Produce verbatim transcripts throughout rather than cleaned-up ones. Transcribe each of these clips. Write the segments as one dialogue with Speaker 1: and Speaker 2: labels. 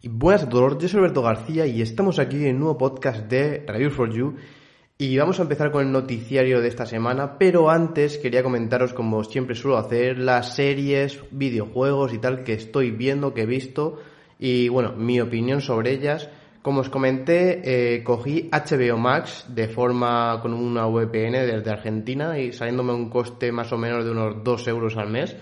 Speaker 1: Buenas a todos, yo soy Alberto García y estamos aquí en un nuevo podcast de Reviews for You y vamos a empezar con el noticiario de esta semana, pero antes quería comentaros, como siempre suelo hacer, las series, videojuegos y tal que estoy viendo, que he visto y bueno, mi opinión sobre ellas. Como os comenté, eh, cogí H B O Max de forma con una V P N desde Argentina y saliéndome un coste más o menos de unos dos euros al mes.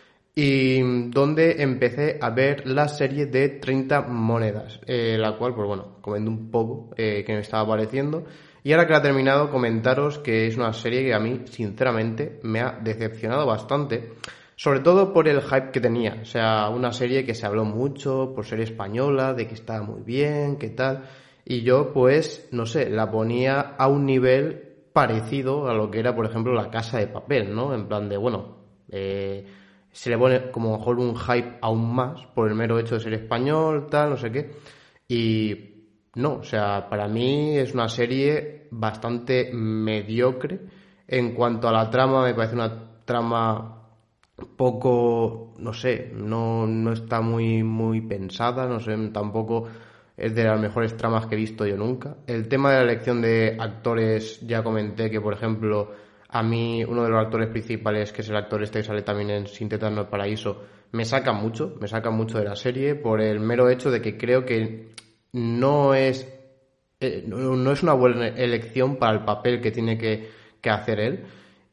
Speaker 1: Y donde empecé a ver la serie de treinta monedas, eh, la cual, pues bueno, comenté un poco eh, que me estaba pareciendo. Y ahora que la he terminado, comentaros que es una serie que a mí, sinceramente, me ha decepcionado bastante. Sobre todo por el hype que tenía. O sea, una serie que se habló mucho por ser española, de que estaba muy bien, que tal. Y yo, pues, no sé, la ponía a un nivel parecido a lo que era, por ejemplo, La Casa de Papel, ¿no? En plan de, bueno, eh... se le pone como mejor un hype aún más por el mero hecho de ser español, tal, no sé qué. Y no, o sea, para mí es una serie bastante mediocre. En cuanto a la trama, me parece una trama poco, no sé, no, no está muy, muy pensada, no sé, tampoco es de las mejores tramas que he visto yo nunca. El tema de la elección de actores, ya comenté que, por ejemplo, a mí, uno de los actores principales, que es el actor este que sale también en Sin tetas no es paraíso, me saca mucho, me saca mucho de la serie por el mero hecho de que creo que no es eh, no, no es una buena elección para el papel que tiene que, que hacer él.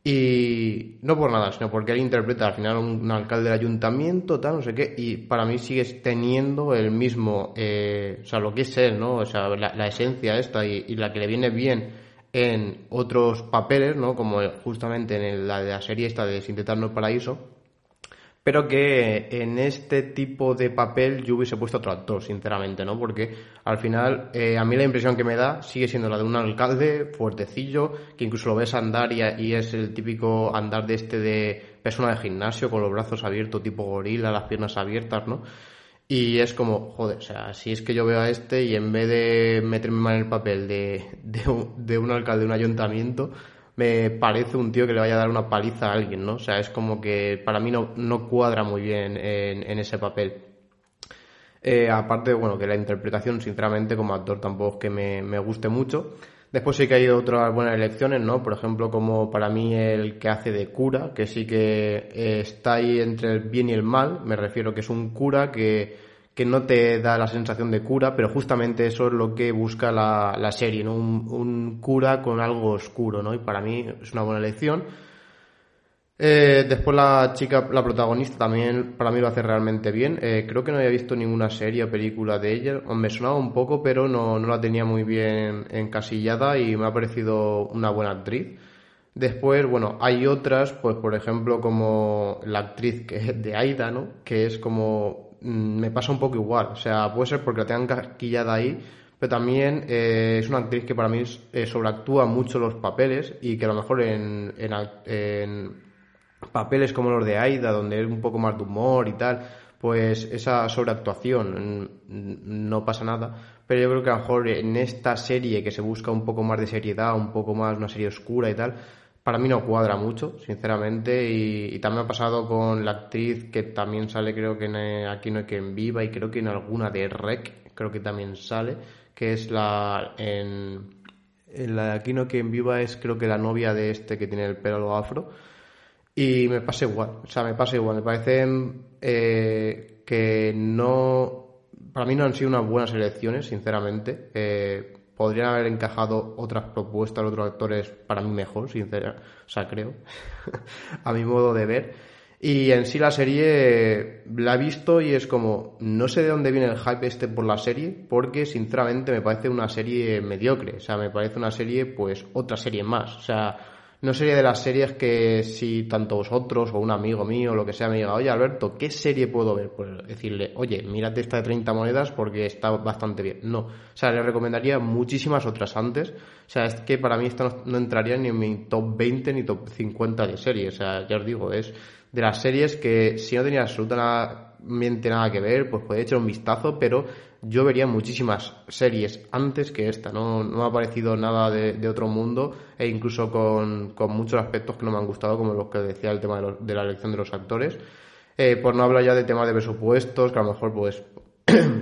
Speaker 1: Y no por nada, sino porque él interpreta al final un, un alcalde del ayuntamiento, tal, no sé qué, y para mí sigue teniendo el mismo, eh, o sea, lo que es él, ¿no? O sea, la, la esencia esta y, y la que le viene bien en otros papeles, ¿no? Como justamente en el, la de la serie esta de Sin tetas no es paraíso, pero que en este tipo de papel yo hubiese puesto otro actor, sinceramente, ¿no? Porque al final eh, a mí la impresión que me da sigue siendo la de un alcalde fuertecillo, que incluso lo ves andar y, y es el típico andar de este de persona de gimnasio con los brazos abiertos tipo gorila, las piernas abiertas, ¿no? Y es como, joder, o sea, si es que yo veo a este y en vez de meterme mal en el papel de, de, un, de un alcalde de un ayuntamiento, me parece un tío que le vaya a dar una paliza a alguien, ¿no? O sea, es como que para mí no, no cuadra muy bien en, en ese papel. Eh, aparte, bueno, que la interpretación, sinceramente, como actor tampoco es que me, me guste mucho. Después sí que hay otras buenas elecciones, ¿no? Por ejemplo, como para mí el que hace de cura, que sí que eh, está ahí entre el bien y el mal. Me refiero que es un cura que, que no te da la sensación de cura, pero justamente eso es lo que busca la, la serie, ¿no? Un, un cura con algo oscuro, ¿no? Y para mí es una buena elección. Eh, después la chica, la protagonista también para mí lo hace realmente bien. Eh, creo que no había visto ninguna serie o película de ella. Me sonaba un poco, pero no, no la tenía muy bien encasillada y me ha parecido una buena actriz. Después, bueno, hay otras, pues por ejemplo como la actriz que es de Aida, ¿no? Que es como... mmm, me pasa un poco igual. O sea, puede ser porque la tengan encasillada ahí, pero también eh, es una actriz que para mí eh, sobreactúa mucho los papeles y que a lo mejor en... en, en papeles como los de Aida, donde es un poco más de humor y tal, pues esa sobreactuación no pasa nada, pero yo creo que a lo mejor en esta serie que se busca un poco más de seriedad, un poco más una serie oscura y tal, para mí no cuadra mucho, sinceramente, y, y también ha pasado con la actriz que también sale, creo que en, eh, Aquí no hay quien viva, y creo que en alguna de Rec, creo que también sale, que es la... en, en la de Aquí no hay quien viva es creo que la novia de este que tiene el pelo afro. Y me pasa igual, o sea, me pasa igual, me parece eh, que no, para mí no han sido unas buenas elecciones, sinceramente. Eh, podrían haber encajado otras propuestas, otros actores para mí mejor, sinceramente, o sea, creo, a mi modo de ver. Y en sí la serie la he visto y es como, no sé de dónde viene el hype este por la serie, porque sinceramente me parece una serie mediocre, o sea, me parece una serie, pues, otra serie más, o sea... No sería de las series que si tanto vosotros o un amigo mío o lo que sea me diga, oye Alberto, ¿qué serie puedo ver? Pues decirle, oye, mírate esta de treinta monedas porque está bastante bien. No, o sea, le recomendaría muchísimas otras antes. O sea, es que para mí esta no, no entraría ni en mi top veinte ni top cincuenta de series. O sea, ya os digo, es de las series que si no tenía absolutamente nada que ver, pues podéis echar un vistazo, pero yo vería muchísimas series antes que esta, no, no me ha parecido nada de, de otro mundo, e incluso con, con muchos aspectos que no me han gustado, como los que decía el tema de, los, de la elección de los actores, eh, por no hablar ya de temas de presupuestos, que a lo mejor pues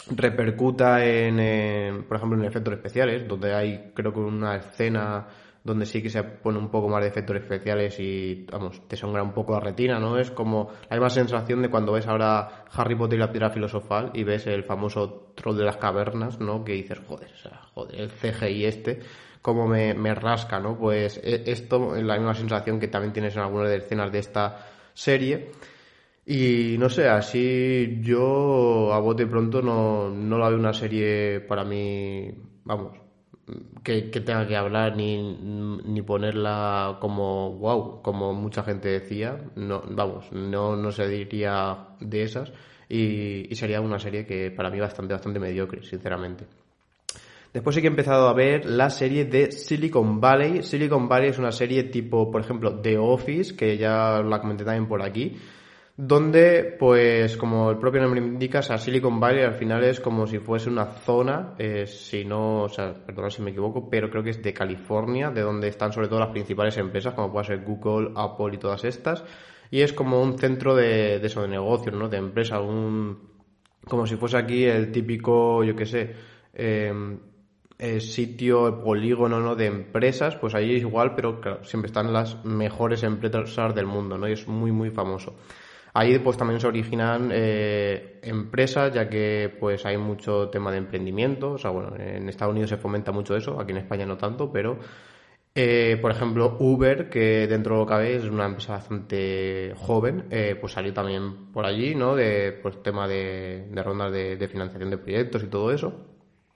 Speaker 1: repercuta en, en, por ejemplo, en efectos especiales, donde hay, creo que una escena donde sí que se pone un poco más de efectos especiales y, vamos, te sangra un poco la retina, ¿no? Es como la misma sensación de cuando ves ahora Harry Potter y la Piedra Filosofal y ves el famoso troll de las cavernas, ¿no? Que dices, joder, o sea, joder, el C G I este, como me, me rasca, ¿no? Pues esto es la misma sensación que también tienes en algunas de escenas de esta serie. Y no sé, así yo a bote pronto no, no la veo una serie para mí, vamos, que, que tenga que hablar ni, ni ponerla como wow, como mucha gente decía, no, vamos, no, no se diría de esas y, y sería una serie que para mí bastante, bastante mediocre, sinceramente. Después sí que he empezado a ver la serie de Silicon Valley. Silicon Valley es una serie tipo, por ejemplo, The Office, que ya la comenté también por aquí, donde, pues, como el propio nombre indica, o sea, Silicon Valley al final es como si fuese una zona, eh, si no, o sea, perdona si me equivoco, pero creo que es de California, de donde están sobre todo las principales empresas, como puede ser Google, Apple y todas estas, y es como un centro de, de eso, de negocios, ¿no? De empresa, un, como si fuese aquí el típico, yo qué sé, eh, el sitio, el polígono, ¿no? De empresas, pues ahí es igual, pero claro, siempre están las mejores empresas del mundo, ¿no? Y es muy, muy famoso. Ahí pues también se originan eh, empresas, ya que pues hay mucho tema de emprendimiento, o sea, bueno, en Estados Unidos se fomenta mucho eso, aquí en España no tanto, pero eh, por ejemplo Uber, que dentro de lo que cabe es una empresa bastante joven, eh, pues salió también por allí, ¿no? De pues tema de, de rondas de, de financiación de proyectos y todo eso.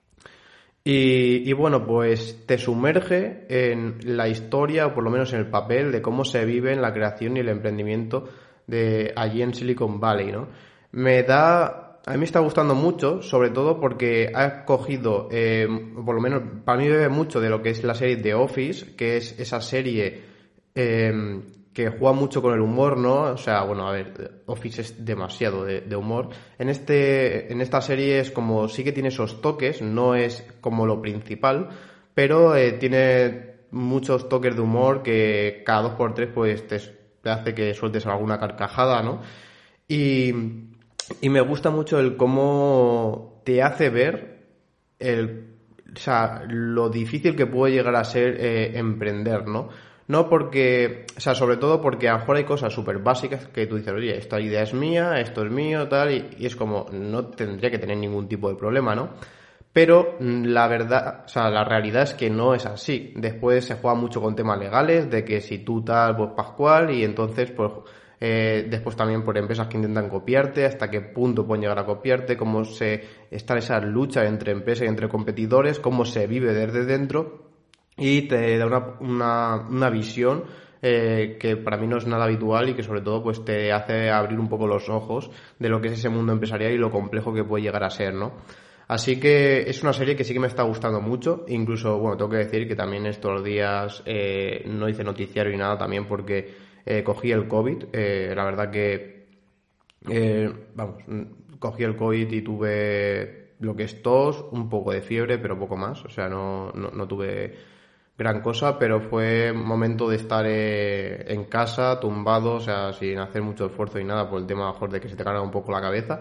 Speaker 1: Y, y bueno, pues te sumerge en la historia, o por lo menos en el papel, de cómo se vive en la creación y el emprendimiento de allí en Silicon Valley, ¿no? Me da, a mí me está gustando mucho, sobre todo porque ha cogido, eh, por lo menos para mí bebe mucho de lo que es la serie The Office, que es esa serie eh, que juega mucho con el humor, ¿no? O sea, bueno, a ver, Office es demasiado de, de humor. En este, en esta serie es como, sí que tiene esos toques, no es como lo principal, pero eh, tiene muchos toques de humor que cada dos por tres pues te te hace que sueltes alguna carcajada, ¿no? Y, y me gusta mucho el cómo te hace ver el, o sea, lo difícil que puede llegar a ser eh, emprender, ¿no? No porque, o sea, sobre todo porque a lo mejor hay cosas súper básicas que tú dices, oye, esta idea es mía, esto es mío, tal, y, y es como, no tendría que tener ningún tipo de problema, ¿no? Pero la verdad, o sea, la realidad es que no es así. Después se juega mucho con temas legales, de que si tú tal, pues pascual, y entonces, pues, eh, después también por empresas que intentan copiarte, hasta qué punto pueden llegar a copiarte, cómo se está esa lucha entre empresas y entre competidores, cómo se vive desde dentro, y te da una, una, una visión eh, que para mí no es nada habitual y que sobre todo pues te hace abrir un poco los ojos de lo que es ese mundo empresarial y lo complejo que puede llegar a ser, ¿no? Así que es una serie que sí que me está gustando mucho, incluso, bueno, tengo que decir que también estos días eh, no hice noticiario ni nada también porque eh, cogí el COVID, eh, la verdad que, eh, vamos, cogí el COVID y tuve lo que es tos, un poco de fiebre, pero poco más, o sea, no, no, no tuve gran cosa, pero fue momento de estar eh, en casa, tumbado, o sea, sin hacer mucho esfuerzo y nada, por el tema mejor de que se te carga un poco la cabeza.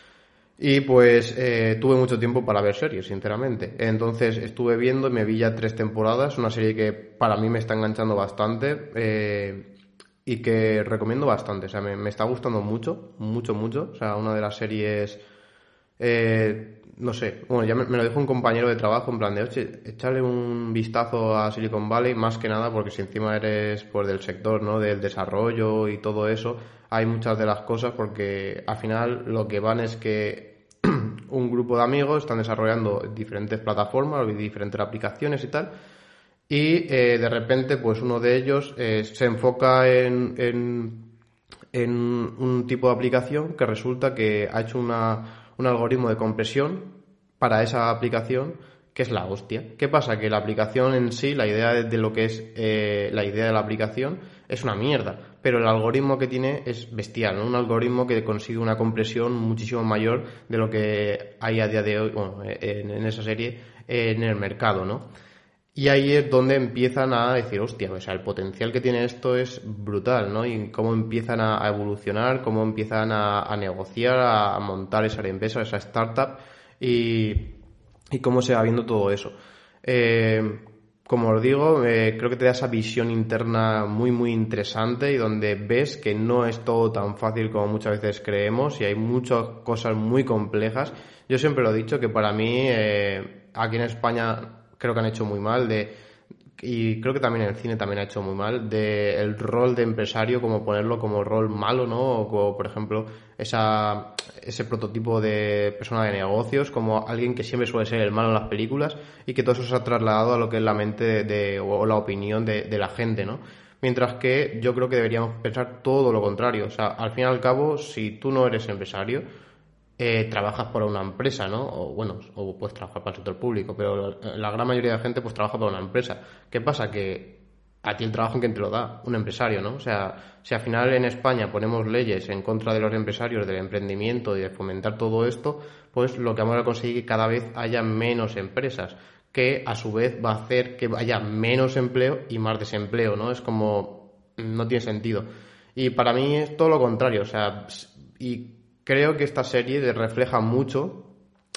Speaker 1: Y pues eh, tuve mucho tiempo para ver series, sinceramente. Entonces estuve viendo y me vi ya tres temporadas, una serie que para mí me está enganchando bastante eh, y que recomiendo bastante. O sea, me, me está gustando mucho, mucho, mucho. O sea, una de las series, eh, no sé, bueno, ya me, me lo dijo un compañero de trabajo en plan de, oye, échale un vistazo a Silicon Valley, más que nada porque si encima eres pues del sector, ¿no? Del desarrollo y todo eso, hay muchas de las cosas porque al final lo que van es que un grupo de amigos están desarrollando diferentes plataformas y diferentes aplicaciones y tal, y eh, de repente pues uno de ellos eh, se enfoca en, en, en un tipo de aplicación que resulta que ha hecho una, un algoritmo de compresión para esa aplicación que es la hostia. ¿Qué pasa? Que la aplicación en sí, la idea de, de lo que es eh, la idea de la aplicación es una mierda, pero el algoritmo que tiene es bestial, ¿no? Un algoritmo que consigue una compresión muchísimo mayor de lo que hay a día de hoy, bueno, en, en esa serie, en el mercado, ¿no? Y ahí es donde empiezan a decir, hostia, o sea, el potencial que tiene esto es brutal, ¿no? Y cómo empiezan a, a evolucionar, cómo empiezan a, a negociar, a, a montar esa empresa, esa startup. y, y cómo se va viendo todo eso. Eh, como os digo, eh, creo que te da esa visión interna muy muy interesante y donde ves que no es todo tan fácil como muchas veces creemos y hay muchas cosas muy complejas. Yo siempre lo he dicho que para mí, eh, aquí en España creo que han hecho muy mal de, y creo que también en el cine también ha hecho muy mal, de el rol de empresario, como ponerlo como rol malo, ¿no? O como, por ejemplo, esa, ese prototipo de persona de negocios, como alguien que siempre suele ser el malo en las películas, y que todo eso se ha trasladado a lo que es la mente de, de- o la opinión de, de la gente, ¿no? Mientras que yo creo que deberíamos pensar todo lo contrario. O sea, al fin y al cabo, si tú no eres empresario, eh, trabajas para una empresa, ¿no? O bueno, o puedes trabajar para el sector público, pero la gran mayoría de gente pues trabaja para una empresa. ¿Qué pasa? Que a ti el trabajo, ¿quién te lo da? Un empresario, ¿no? O sea, si al final en España ponemos leyes en contra de los empresarios, del emprendimiento y de fomentar todo esto, pues lo que vamos a conseguir es que cada vez haya menos empresas, que a su vez va a hacer que haya menos empleo y más desempleo, ¿no? Es como, no tiene sentido. Y para mí es todo lo contrario, o sea, y creo que esta serie refleja mucho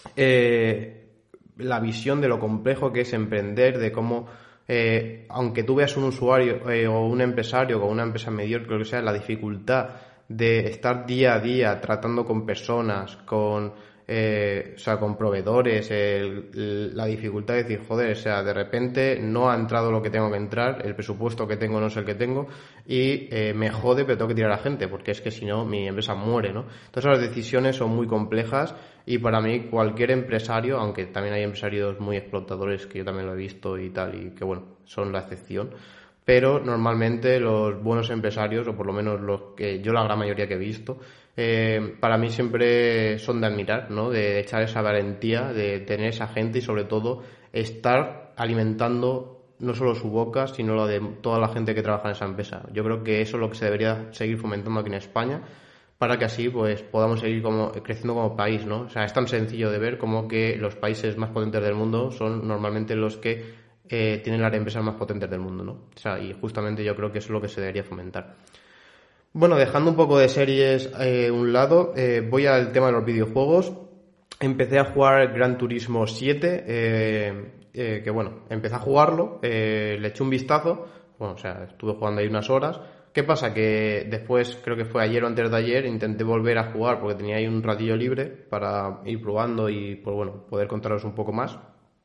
Speaker 1: eh, la visión de lo complejo que es emprender, de cómo, eh, aunque tú veas un usuario eh, o un empresario o una empresa mediocre, lo que sea, la dificultad de estar día a día tratando con personas, con, eh, o sea, con proveedores, el- el- la dificultad de decir, joder, o sea, de repente no ha entrado lo que tengo que entrar, el presupuesto que tengo no es el que tengo y eh, me jode, pero tengo que tirar a la gente, porque es que si no mi empresa muere, ¿no? Entonces las decisiones son muy complejas y para mí cualquier empresario, aunque también hay empresarios muy explotadores que yo también lo he visto y tal, y que bueno, son la excepción, pero normalmente los buenos empresarios, o por lo menos los que yo la gran mayoría que he visto, eh, para mí siempre son de admirar, ¿no? De echar esa valentía, de tener esa gente y sobre todo estar alimentando no solo su boca, sino la de toda la gente que trabaja en esa empresa. Yo creo que eso es lo que se debería seguir fomentando aquí en España para que así pues podamos seguir como creciendo como país, ¿no? O sea, es tan sencillo de ver como que los países más potentes del mundo son normalmente los que eh, tienen las empresas más potentes del mundo, ¿no? O sea, y justamente yo creo que eso es lo que se debería fomentar. Bueno, dejando un poco de series eh, un lado, eh, voy al tema de los videojuegos. Empecé a jugar Gran Turismo siete, eh, eh, que bueno, empecé a jugarlo, eh, le eché un vistazo, bueno, o sea, estuve jugando ahí unas horas. ¿Qué pasa? Que después, creo que fue ayer o antes de ayer, intenté volver a jugar porque tenía ahí un ratillo libre para ir probando y, pues bueno, poder contaros un poco más.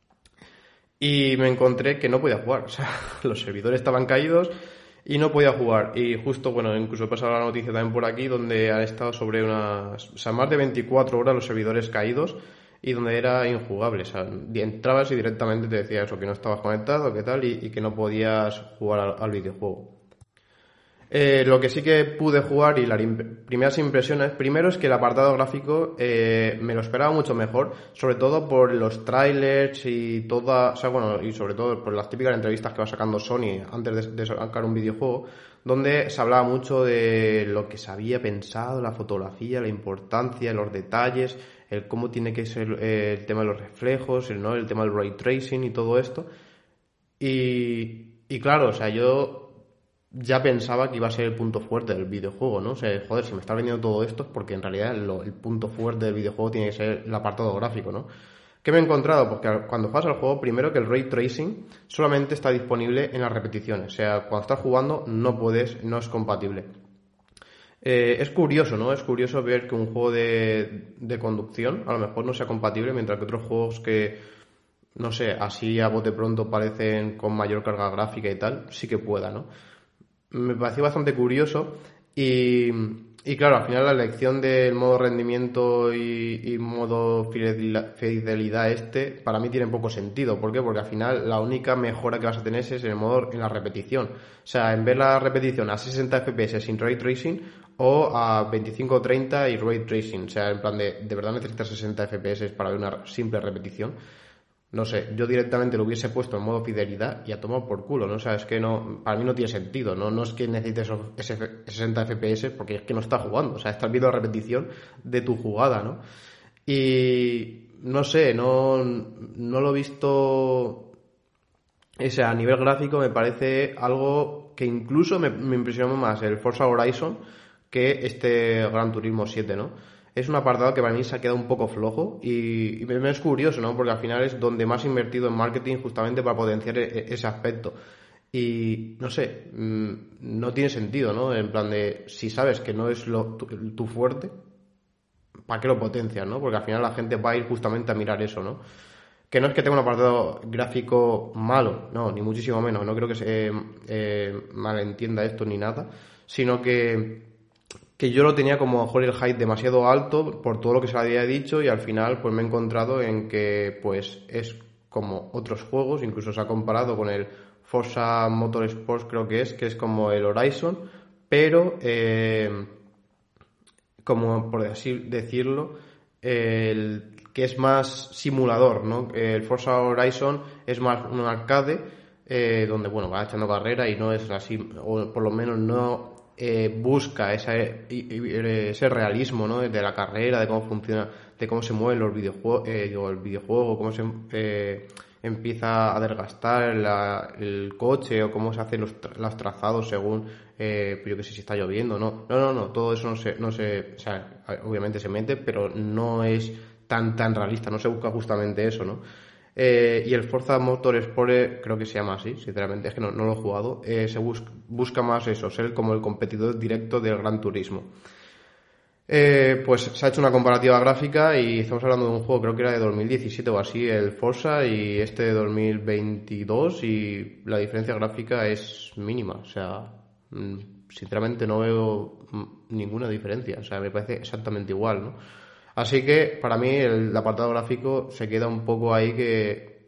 Speaker 1: Y me encontré que no podía jugar, o sea, los servidores estaban caídos y no podía jugar. Y justo, bueno, incluso he pasado la noticia también por aquí, donde han estado sobre unas, o sea, más de veinticuatro horas los servidores caídos y donde era injugable. O sea, entrabas y directamente te decía eso, que no estabas conectado, que tal, y, y que no podías jugar al, al videojuego. Eh, lo que sí que pude jugar y las im- primeras impresiones, primero es que el apartado gráfico eh, me lo esperaba mucho mejor, sobre todo por los trailers y toda, o sea, bueno, y sobre todo por las típicas entrevistas que va sacando Sony antes de, de sacar un videojuego, donde se hablaba mucho de lo que se había pensado, la fotografía, la importancia, los detalles, el cómo tiene que ser eh, el tema de los reflejos, el, ¿no? el tema del ray tracing y todo esto. Y, y claro, o sea, yo ya pensaba que iba a ser el punto fuerte del videojuego, ¿no? O sea, joder, si me está vendiendo todo esto es porque en realidad lo- el punto fuerte del videojuego tiene que ser el apartado gráfico, ¿no? ¿Qué me he encontrado? Porque al- cuando juegas al juego, primero que el ray tracing solamente está disponible en las repeticiones. O sea, cuando estás jugando no puedes, no es compatible. Eh, es curioso, ¿no? Es curioso ver que un juego de, de conducción a lo mejor no sea compatible, mientras que otros juegos que, no sé, así a bote pronto parecen con mayor carga gráfica y tal, sí que pueda, ¿no? Me pareció bastante curioso y, y claro, al final la elección del modo rendimiento y, y modo fidelidad, fidelidad este para mí tiene poco sentido. ¿Por qué? Porque al final la única mejora que vas a tener es en el modo en la repetición. O sea, en ver la repetición a sesenta F P S sin ray tracing o a veinticinco o treinta y ray tracing. O sea, en plan de, ¿de verdad necesitas sesenta F P S para ver una simple repetición? No sé, yo directamente lo hubiese puesto en modo fidelidad y a tomar por culo, ¿no? O sea, es que no, para mí no tiene sentido, ¿no? No es que necesites esos ese sesenta F P S porque es que no estás jugando, o sea, estás viendo la repetición de tu jugada, ¿no? Y no sé, no, no lo he visto, o sea, a nivel gráfico me parece algo que incluso me, me impresionó más el Forza Horizon que este Gran Turismo siete, ¿no? es un apartado que para mí se ha quedado un poco flojo y, y me, me es curioso, ¿no? Porque al final es donde más he invertido en marketing justamente para potenciar e, ese aspecto. Y no sé, no tiene sentido, ¿no? En plan de, si sabes que no es lo, tu, tu fuerte, ¿para qué lo potencias, no? Porque al final la gente va a ir justamente a mirar eso, ¿no? Que no es que tenga un apartado gráfico malo, no, ni muchísimo menos, no creo que se eh, malentienda esto ni nada, sino que, que yo lo tenía como a lo mejor el hype demasiado alto por todo lo que se le había dicho y al final pues me he encontrado en que pues es como otros juegos, incluso se ha comparado con el Forza Motorsports creo que es, que es como el Horizon, pero eh, como por así decirlo, el que es más simulador, ¿no? El Forza Horizon es más un arcade eh, donde, bueno, va echando carrera y no es así, o por lo menos no eh, busca esa, ese realismo, ¿no? De la carrera, de cómo funciona, de cómo se mueven los videojuegos, eh, digo, el videojuego, cómo se eh, empieza a desgastar la, el coche o cómo se hacen los, tra los trazados según, eh, yo que sé, si está lloviendo, no, no, no, no, todo eso no se, no se, o sea, obviamente se mete, pero no es tan, tan realista, no se busca justamente eso, ¿no? Eh, y el Forza Motorsport, creo que se llama así, sinceramente, es que no, no lo he jugado, eh, se bus busca más eso, ser como el competidor directo del Gran Turismo. Eh, pues se ha hecho una comparativa gráfica y estamos hablando de un juego, creo que era de dos mil diecisiete o así, el Forza, y este de dos mil veintidós, y la diferencia gráfica es mínima, o sea, sinceramente no veo ninguna diferencia, o sea, me parece exactamente igual, ¿no? Así que para mí el apartado gráfico se queda un poco ahí que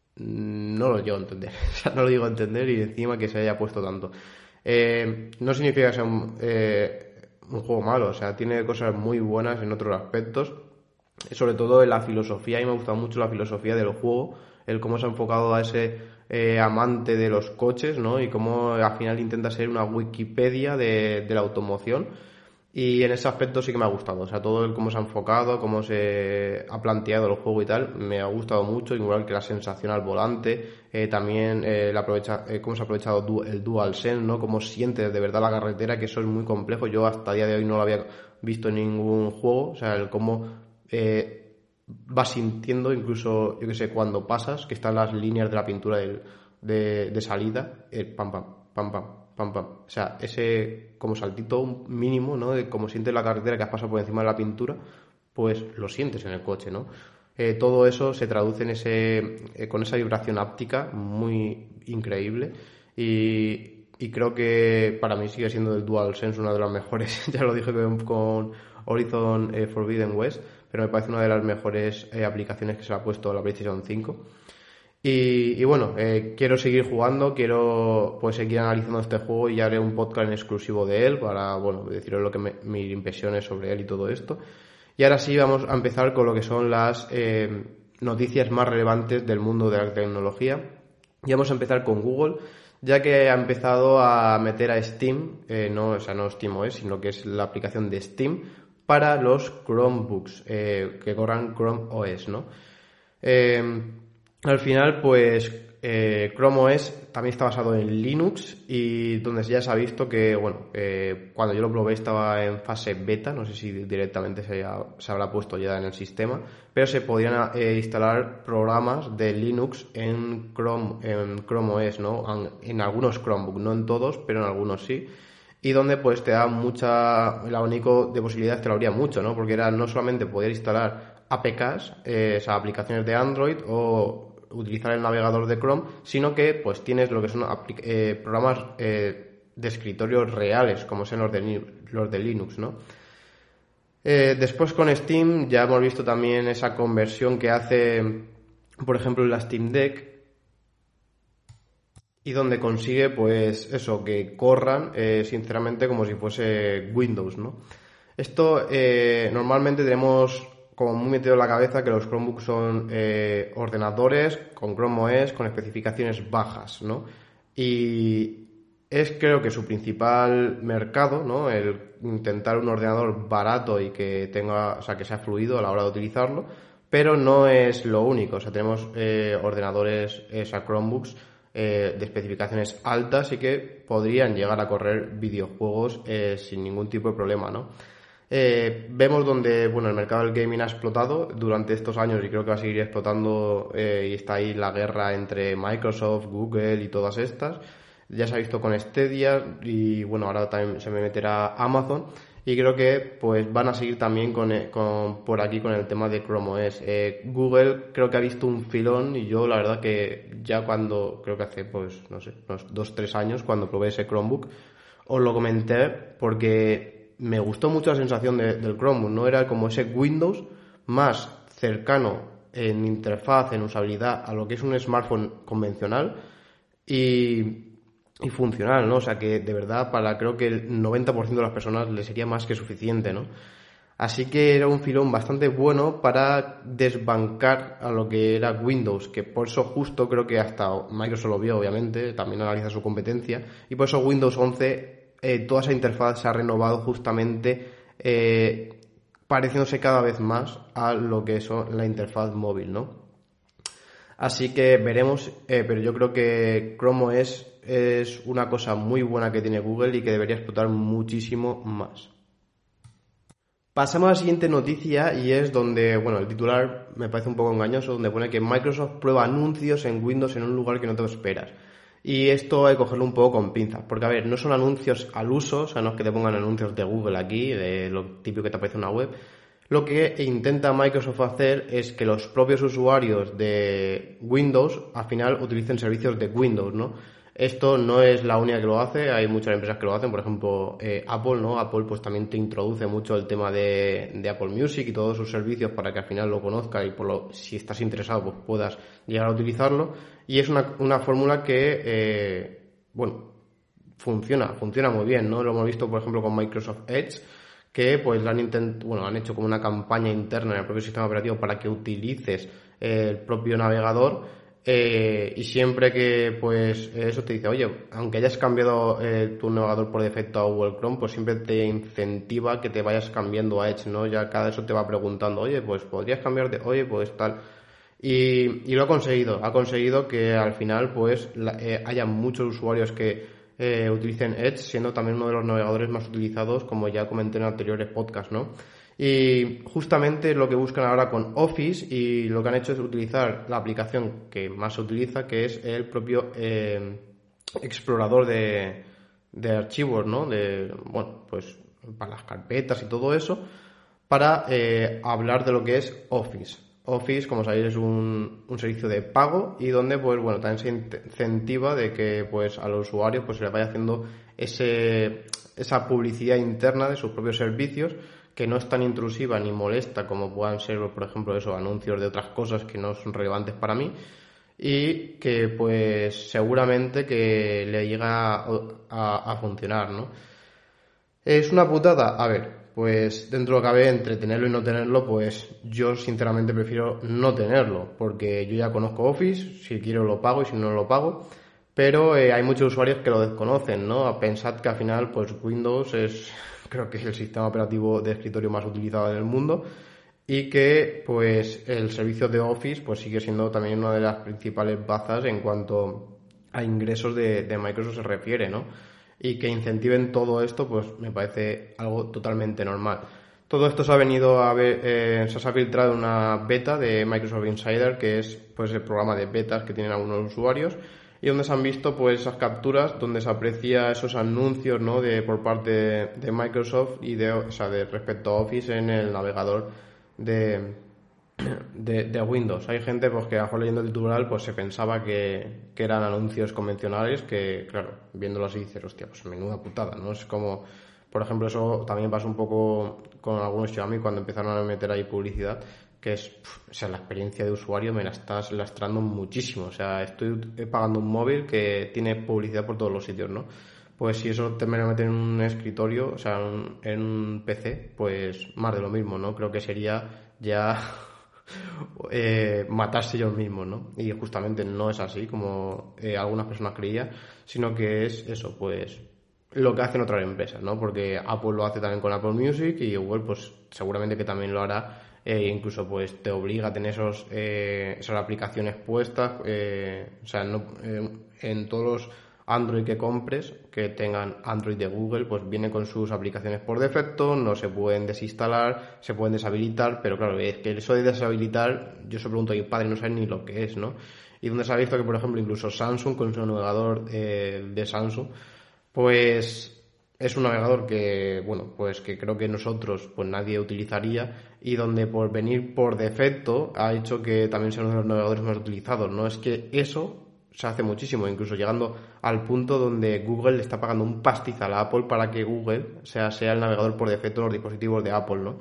Speaker 1: no lo llego a entender, o sea, no lo digo a entender y encima que se haya puesto tanto. Eh, no significa que sea un, eh, un juego malo, o sea, tiene cosas muy buenas en otros aspectos, sobre todo en la filosofía. A mí me ha gustado mucho la filosofía del juego, el cómo se ha enfocado a ese eh, amante de los coches, ¿no? Y cómo al final intenta ser una Wikipedia de, de la automoción. Y en ese aspecto sí que me ha gustado, o sea, todo el cómo se ha enfocado, cómo se ha planteado el juego y tal, me ha gustado mucho, igual que la sensación al volante, eh, también eh, la aprovecha, eh, cómo se ha aprovechado du el DualSense, ¿no? Cómo sientes de verdad la carretera, que eso es muy complejo, yo hasta el día de hoy no lo había visto en ningún juego, o sea, el cómo eh, vas sintiendo, incluso, yo que sé, cuando pasas, que están las líneas de la pintura del, de, de salida, el pam pam, pam pam. Pam, pam. O sea, ese como saltito mínimo, ¿no? De cómo sientes la carretera que has pasado por encima de la pintura, pues lo sientes en el coche, ¿no? Eh, todo eso se traduce en ese, eh, con esa vibración áptica muy increíble y, y creo que para mí sigue siendo el DualSense una de las mejores, ya lo dije con, con Horizon eh, Forbidden West, pero me parece una de las mejores eh, aplicaciones que se le ha puesto a la PlayStation cinco. Y, y bueno, eh, quiero seguir jugando, quiero pues seguir analizando este juego y ya haré un podcast en exclusivo de él para, bueno, deciros lo que me, mis impresiones sobre él y todo esto. Y ahora sí vamos a empezar con lo que son las eh, noticias más relevantes del mundo de la tecnología. Y vamos a empezar con Google, ya que ha empezado a meter a Steam, eh, no, o sea, no SteamOS, sino que es la aplicación de Steam para los Chromebooks eh, que corran Chrome O S, ¿no? Eh, Al final, pues eh, Chrome O S también está basado en Linux y donde ya se ha visto que, bueno, eh, cuando yo lo probé estaba en fase beta, no sé si directamente se, ha, se habrá puesto ya en el sistema, pero se podían eh, instalar programas de Linux en Chrome, en Chrome O S, ¿no? En, en algunos Chromebooks, no en todos, pero en algunos sí. Y donde pues te da mucha, el abanico de posibilidades te lo abría mucho, ¿no? Porque era no solamente poder instalar A P Ks, eh, o sea, aplicaciones de Android o utilizar el navegador de Chrome, sino que pues tienes lo que son eh, programas eh, de escritorio reales, como son los de, los de Linux, ¿no? Eh, después con Steam ya hemos visto también esa conversión que hace, por ejemplo, en la Steam Deck, y donde consigue, pues, eso, que corran, eh, sinceramente, como si fuese Windows, ¿no? Esto, eh, normalmente tenemos como muy metido en la cabeza que los Chromebooks son eh, ordenadores con Chrome O S, con especificaciones bajas, ¿no? Y es, creo que su principal mercado, ¿no? El intentar un ordenador barato y que tenga, o sea, que sea fluido a la hora de utilizarlo, pero no es lo único, o sea, tenemos eh, ordenadores, o sea, Chromebooks, Eh, de especificaciones altas y que podrían llegar a correr videojuegos eh, sin ningún tipo de problema, ¿no? Eh, vemos donde, bueno, el mercado del gaming ha explotado durante estos años y creo que va a seguir explotando, eh, y está ahí la guerra entre Microsoft, Google y todas estas. Ya se ha visto con Stadia y bueno, ahora también se me meterá Amazon y creo que pues van a seguir también con, con por aquí con el tema de Chrome O S. Eh, Google creo que ha visto un filón y yo la verdad que ya cuando, creo que hace pues no sé, unos dos, tres años cuando probé ese Chromebook, os lo comenté porque me gustó mucho la sensación de, del Chromebook, ¿no? Era como ese Windows más cercano en interfaz, en usabilidad a lo que es un smartphone convencional y y funcional, ¿no? O sea que de verdad para creo que el noventa por ciento de las personas le sería más que suficiente, ¿no? Así que era un filón bastante bueno para desbancar a lo que era Windows, que por eso justo creo que hasta Microsoft lo vio, obviamente, también analiza su competencia, y por eso Windows once, eh, toda esa interfaz se ha renovado justamente eh, pareciéndose cada vez más a lo que es la interfaz móvil, ¿no? Así que veremos, eh, pero yo creo que Chrome O S es una cosa muy buena que tiene Google y que debería explotar muchísimo más. Pasamos a la siguiente noticia y es donde, bueno, el titular me parece un poco engañoso, donde pone que Microsoft prueba anuncios en Windows en un lugar que no te esperas. Y esto hay que cogerlo un poco con pinzas, porque a ver, no son anuncios al uso, o sea, no es que te pongan anuncios de Google aquí, de lo típico que te aparece en una web. Lo que intenta Microsoft hacer es que los propios usuarios de Windows al final utilicen servicios de Windows, ¿no? Esto no es la única que lo hace, hay muchas empresas que lo hacen, por ejemplo eh, Apple, ¿no? Apple pues también te introduce mucho el tema de, de Apple Music y todos sus servicios para que al final lo conozcas y por lo, si estás interesado pues puedas llegar a utilizarlo y es una, una fórmula que, eh, bueno, funciona, funciona muy bien, ¿no? Lo hemos visto por ejemplo con Microsoft Edge, que pues han intent- bueno, han hecho como una campaña interna en el propio sistema operativo para que utilices el propio navegador, eh, y siempre que pues eso te dice, oye, aunque hayas cambiado eh, tu navegador por defecto a Google Chrome, pues siempre te incentiva que te vayas cambiando a Edge, ¿no? Ya cada eso te va preguntando, oye, pues podrías cambiarte, oye, pues tal. Y, y lo ha conseguido, ha conseguido que al final pues la, eh, haya muchos usuarios que eh, utilicen Edge, siendo también uno de los navegadores más utilizados, como ya comenté en anteriores podcasts, ¿no? Y justamente lo que buscan ahora con Office y lo que han hecho es utilizar la aplicación que más se utiliza, que es el propio eh, explorador de, de archivos, ¿no? De, bueno, pues para las carpetas y todo eso, para eh, hablar de lo que es Office. Office, como sabéis, es un, un servicio de pago y donde, pues bueno, también se incentiva de que, pues, a los usuarios, pues, se les vaya haciendo ese, esa publicidad interna de sus propios servicios, que no es tan intrusiva ni molesta como puedan ser, por ejemplo, esos anuncios de otras cosas que no son relevantes para mí y que, pues, seguramente que le llega a, a, a funcionar, ¿no? ¿Es una putada? A ver, pues dentro de lo que cabe entre tenerlo y no tenerlo, pues yo sinceramente prefiero no tenerlo, porque yo ya conozco Office, si quiero lo pago y si no lo pago, pero eh, hay muchos usuarios que lo desconocen, ¿no? Pensad que al final, pues Windows es, creo que es el sistema operativo de escritorio más utilizado en el mundo y que, pues, el servicio de Office, pues sigue siendo también una de las principales bazas en cuanto a ingresos de, de Microsoft se refiere, ¿no? Y que incentiven todo esto, pues me parece algo totalmente normal. Todo esto se ha venido a ver, eh, se ha filtrado una beta de Microsoft Insider, que es pues el programa de betas que tienen algunos usuarios, y donde se han visto pues esas capturas donde se aprecia esos anuncios, ¿no? De por parte de, de Microsoft y de, o sea, de respecto a Office en el navegador de De, de Windows. Hay gente pues que a lo mejor leyendo el titular pues se pensaba que, que eran anuncios convencionales que, claro, viéndolo así dices, hostia, pues menuda putada, ¿no? Es como, por ejemplo, eso también pasa un poco con algunos Xiaomi cuando empezaron a meter ahí publicidad, que es, pff, o sea, la experiencia de usuario me la estás lastrando muchísimo. O sea, estoy pagando un móvil que tiene publicidad por todos los sitios, ¿no? Pues si eso te me lo meten en un escritorio, o sea, en, en un P C, pues más de lo mismo, ¿no? Creo que sería ya eh, matarse ellos mismos, ¿no? Y justamente no es así como eh, algunas personas creían, sino que es eso, pues lo que hacen otras empresas, ¿no? Porque Apple lo hace también con Apple Music y Google pues seguramente que también lo hará, e incluso pues te obliga a tener esos eh, esas aplicaciones puestas, eh, o sea, no, eh, en todos los Android que compres, que tengan Android de Google, pues viene con sus aplicaciones por defecto, no se pueden desinstalar, se pueden deshabilitar, pero claro, es que eso de deshabilitar, yo se pregunto a mi padre, no sabe ni lo que es, ¿no? Y donde se ha visto que, por ejemplo, incluso Samsung, con su navegador eh, de Samsung, pues es un navegador que, bueno, pues que creo que nosotros, pues nadie utilizaría, y donde por venir por defecto ha hecho que también sea uno de los navegadores más utilizados, ¿no? Es que eso se hace muchísimo, incluso llegando al punto donde Google le está pagando un pastizal a Apple para que Google sea, sea el navegador por defecto de los dispositivos de Apple, ¿no?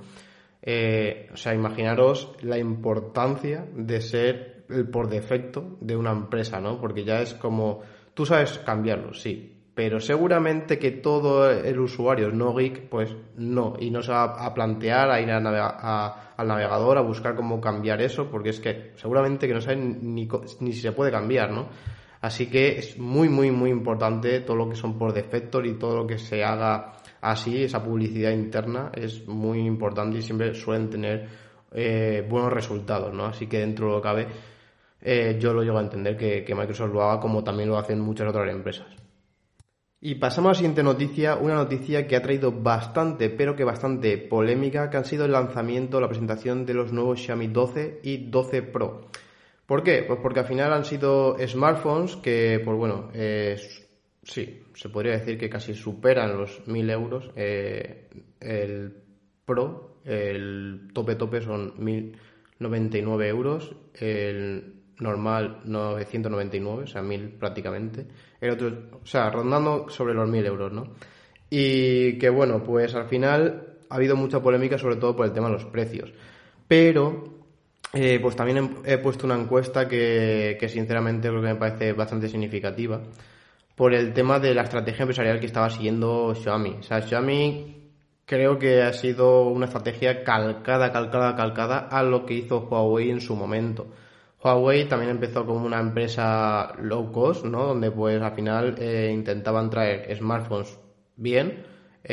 Speaker 1: Eh, o sea, imaginaros la importancia de ser el por defecto de una empresa, ¿no? Porque ya es como, tú sabes cambiarlo, sí, pero seguramente que todo el usuario no geek, pues no, y no se va a plantear a ir a navega- a- al navegador a buscar cómo cambiar eso, porque es que seguramente que no saben ni, co- ni si se puede cambiar, ¿no? Así que es muy, muy, muy importante todo lo que son por defecto y todo lo que se haga así, esa publicidad interna es muy importante y siempre suelen tener eh, buenos resultados, ¿no? Así que dentro de lo que cabe, eh, yo lo llego a entender que, que Microsoft lo haga como también lo hacen muchas otras empresas. Y pasamos a la siguiente noticia, una noticia que ha traído bastante, pero que bastante polémica, que han sido el lanzamiento, la presentación de los nuevos Xiaomi doce y doce Pro. ¿Por qué? Pues porque al final han sido smartphones que, pues bueno, eh, sí, se podría decir que casi superan los mil euros. Eh, el Pro, el tope tope son mil noventa y nueve euros, el normal novecientos noventa y nueve, o sea, mil prácticamente. El otro, o sea, rondando sobre los mil euros, ¿no? Y que bueno, pues al final ha habido mucha polémica, sobre todo por el tema de los precios. Pero, eh, pues también he, he puesto una encuesta que, que sinceramente creo que me parece bastante significativa por el tema de la estrategia empresarial que estaba siguiendo Xiaomi. O sea, Xiaomi creo que ha sido una estrategia calcada, calcada, calcada a lo que hizo Huawei en su momento. Huawei también empezó como una empresa low cost, ¿no? Donde pues al final eh, intentaban traer smartphones bien,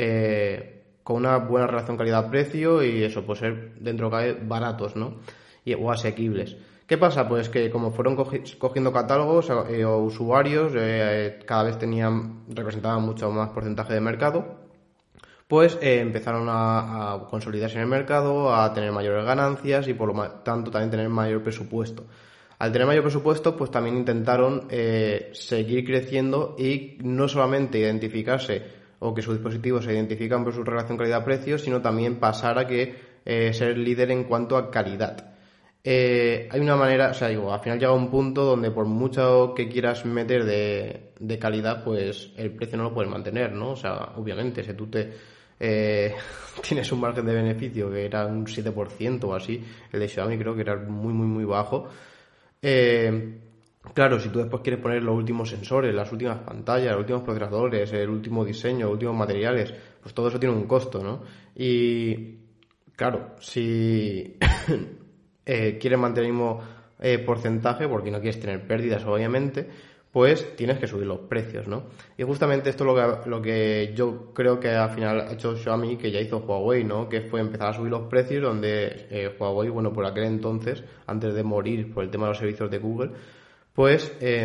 Speaker 1: eh, con una buena relación calidad-precio y eso, pues ser dentro de baratos, ¿no? Y, o asequibles. ¿Qué pasa? Pues que como fueron cogi- cogiendo catálogos eh, o usuarios, eh, cada vez tenían, representaban mucho más porcentaje de mercado, pues eh, empezaron a, a consolidarse en el mercado, a tener mayores ganancias y por lo ma- tanto también tener mayor presupuesto. Al tener mayor presupuesto, pues también intentaron eh, seguir creciendo y no solamente identificarse o que sus dispositivos se identifican por su relación calidad-precio, sino también pasar a que eh, ser líder en cuanto a calidad. Eh, hay una manera, o sea, digo, al final llega un punto donde por mucho que quieras meter de, de calidad, pues el precio no lo puedes mantener, ¿no? O sea, obviamente, si tú te eh, tienes un margen de beneficio que era un siete por ciento o así, el de Xiaomi creo que era muy, muy, muy bajo. Eh, claro, si tú después quieres poner los últimos sensores, las últimas pantallas, los últimos procesadores, el último diseño, los últimos materiales, pues todo eso tiene un costo, ¿no? Y claro, si eh, quieres mantener el mismo eh, porcentaje, porque no quieres tener pérdidas, obviamente, pues tienes que subir los precios, ¿no? Y justamente esto es lo que, lo que yo creo que al final ha hecho Xiaomi, que ya hizo Huawei, ¿no? Que fue empezar a subir los precios, donde eh, Huawei, bueno, por aquel entonces, antes de morir por el tema de los servicios de Google, pues eh,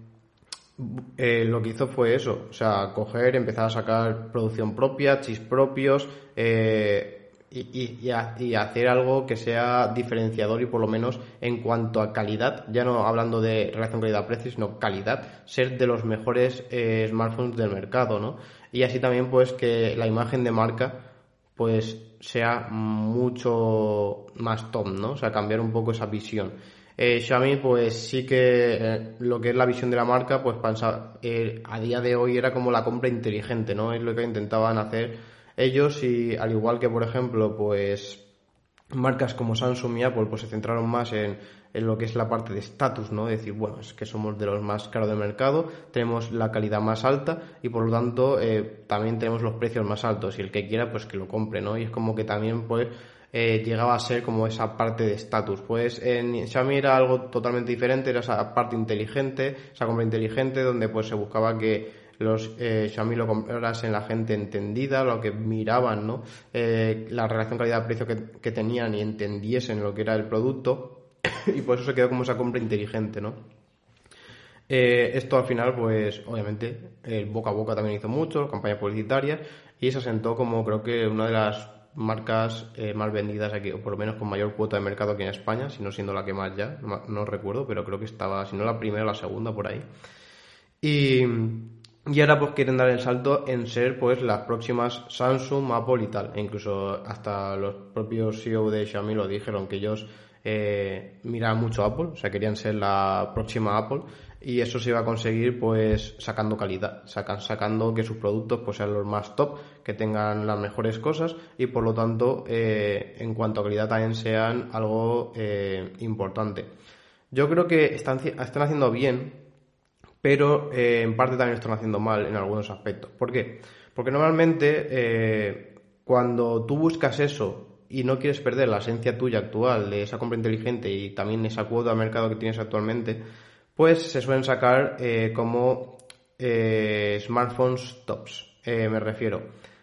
Speaker 1: eh, lo que hizo fue eso, o sea, coger, empezar a sacar producción propia, chips propios, eh, y, y, y, a, y hacer algo que sea diferenciador y por lo menos en cuanto a calidad, ya no hablando de relación calidad-precio, sino calidad, ser de los mejores eh, smartphones del mercado, ¿no? Y así también pues que la imagen de marca pues sea mucho más top, ¿no? O sea, cambiar un poco esa visión. Eh, Xiaomi pues sí que eh, lo que es la visión de la marca pues pensa, eh, a día de hoy era como la compra inteligente, ¿no? Es lo que intentaban hacer ellos y al igual que por ejemplo pues marcas como Samsung y Apple pues se centraron más en, en lo que es la parte de estatus, ¿no? Decir, bueno, es que somos de los más caros del mercado, tenemos la calidad más alta y por lo tanto eh, también tenemos los precios más altos y el que quiera pues que lo compre, ¿no? Y es como que también pues eh, llegaba a ser como esa parte de estatus. Pues en Xiaomi era algo totalmente diferente, era esa parte inteligente, esa compra inteligente donde pues se buscaba que los eh, Xiaomi lo comprasen la gente entendida, lo que miraban, ¿no? Eh, la relación calidad-precio que, que tenían y entendiesen lo que era el producto y por eso se quedó como esa compra inteligente, ¿no? Eh, esto al final, pues obviamente, el boca a boca también hizo mucho, campañas publicitarias, y se asentó como creo que una de las marcas eh, más vendidas aquí, o por lo menos con mayor cuota de mercado aquí en España, si no siendo la que más ya, no, no recuerdo, pero creo que estaba, si no la primera, la segunda por ahí. Y, y ahora pues quieren dar el salto en ser pues las próximas Samsung, Apple y tal. E incluso hasta los propios C E O de Xiaomi lo dijeron, que ellos eh, miraban mucho a Apple, o sea, querían ser la próxima Apple, y eso se iba a conseguir pues sacando calidad, sacan, sacando que sus productos pues sean los más top, que tengan las mejores cosas y por lo tanto eh, en cuanto a calidad también sean algo eh, importante. Yo creo que están, están haciendo bien, pero eh, en parte también lo están haciendo mal en algunos aspectos. ¿Por qué? Porque normalmente eh, cuando tú buscas eso y no quieres perder la esencia tuya actual de esa compra inteligente y también esa cuota de mercado que tienes actualmente, pues se suelen sacar eh, como eh, smartphones tops. Eh, me refiero,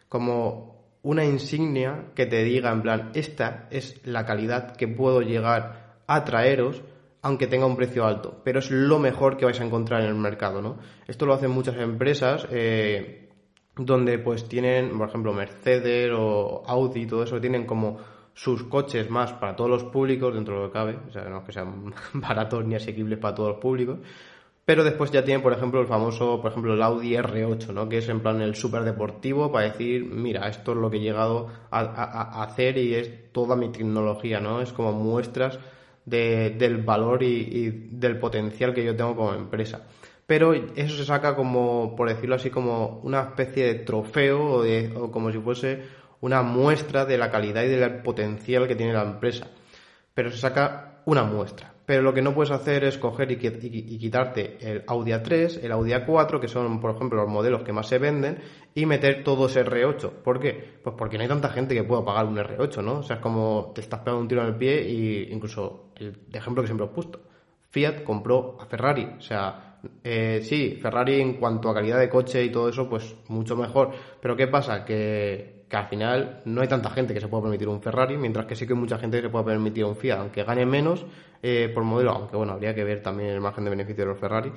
Speaker 1: como una insignia que te diga en plan, esta es la calidad que puedo llegar a traeros aunque tenga un precio alto, pero es lo mejor que vais a encontrar en el mercado, ¿no? Esto lo hacen muchas empresas eh, donde pues tienen, por ejemplo, Mercedes o Audi, todo eso, tienen como sus coches más para todos los públicos dentro de lo que cabe, o sea, no es que sean baratos ni asequibles para todos los públicos, pero después ya tienen, por ejemplo, el famoso, por ejemplo, el Audi R ocho, ¿no? Que es en plan el súper deportivo para decir, mira, esto es lo que he llegado a, a, a hacer y es toda mi tecnología, ¿no? Es como muestras de, del valor y, y del potencial que yo tengo como empresa. Pero eso se saca como, por decirlo así, como una especie de trofeo o, de, o como si fuese una muestra de la calidad y del potencial que tiene la empresa. Pero se saca una muestra. Pero lo que no puedes hacer es coger y, y, y quitarte el Audi A tres, el Audi A cuatro, que son, por ejemplo, los modelos que más se venden, y meter todos R ocho. ¿Por qué? Pues porque no hay tanta gente que pueda pagar un R ocho, ¿no? O sea, es como te estás pegando un tiro en el pie y incluso el ejemplo que siempre he puesto. Fiat compró a Ferrari. O sea, eh, sí, Ferrari en cuanto a calidad de coche y todo eso, pues mucho mejor. Pero ¿qué pasa? Que, que al final no hay tanta gente que se pueda permitir un Ferrari, mientras que sí que hay mucha gente que se pueda permitir un Fiat, aunque gane menos eh, por modelo, aunque bueno, habría que ver también el margen de beneficio de los Ferrari.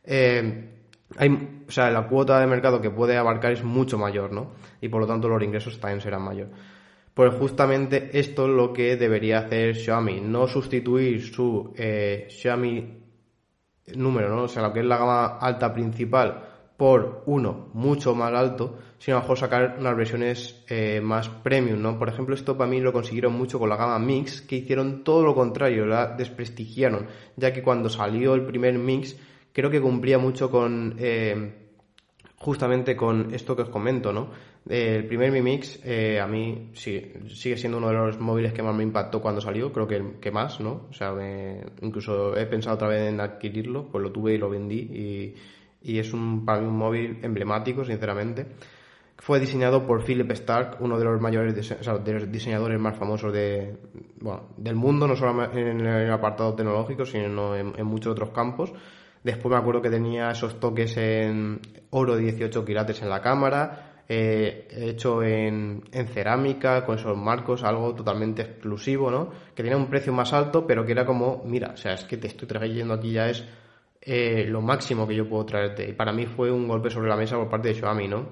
Speaker 1: Eh, hay, o sea, la cuota de mercado que puede abarcar es mucho mayor, ¿no? Y por lo tanto los ingresos también serán mayores. Pues justamente esto es lo que debería hacer Xiaomi, no sustituir su eh, Xiaomi número, ¿no? O sea, lo que es la gama alta principal por uno mucho más alto, sino a lo mejor sacar unas versiones eh, más premium, ¿no? Por ejemplo, esto para mí lo consiguieron mucho con la gama Mix, que hicieron todo lo contrario, la desprestigiaron, ya que cuando salió el primer Mix, creo que cumplía mucho con... Eh, justamente con esto que os comento, ¿no? Eh, el primer Mi Mix eh, a mí sí, sigue siendo uno de los móviles que más me impactó cuando salió, creo que, que más, ¿no? O sea, me, incluso he pensado otra vez en adquirirlo, pues lo tuve y lo vendí y, y es un, para mí un móvil emblemático, sinceramente. Fue diseñado por Philip Stark, uno de los mayores dise- o sea, de los diseñadores más famosos de, bueno, del mundo, no solo en el apartado tecnológico, sino en, en muchos otros campos. Después me acuerdo que tenía esos toques en oro de dieciocho quilates en la cámara, eh, hecho en, en cerámica, con esos marcos, algo totalmente exclusivo, ¿no? Que tenía un precio más alto, pero que era como, mira, o sea, es que te estoy trayendo aquí ya es eh, lo máximo que yo puedo traerte. Y para mí fue un golpe sobre la mesa por parte de Xiaomi, ¿no?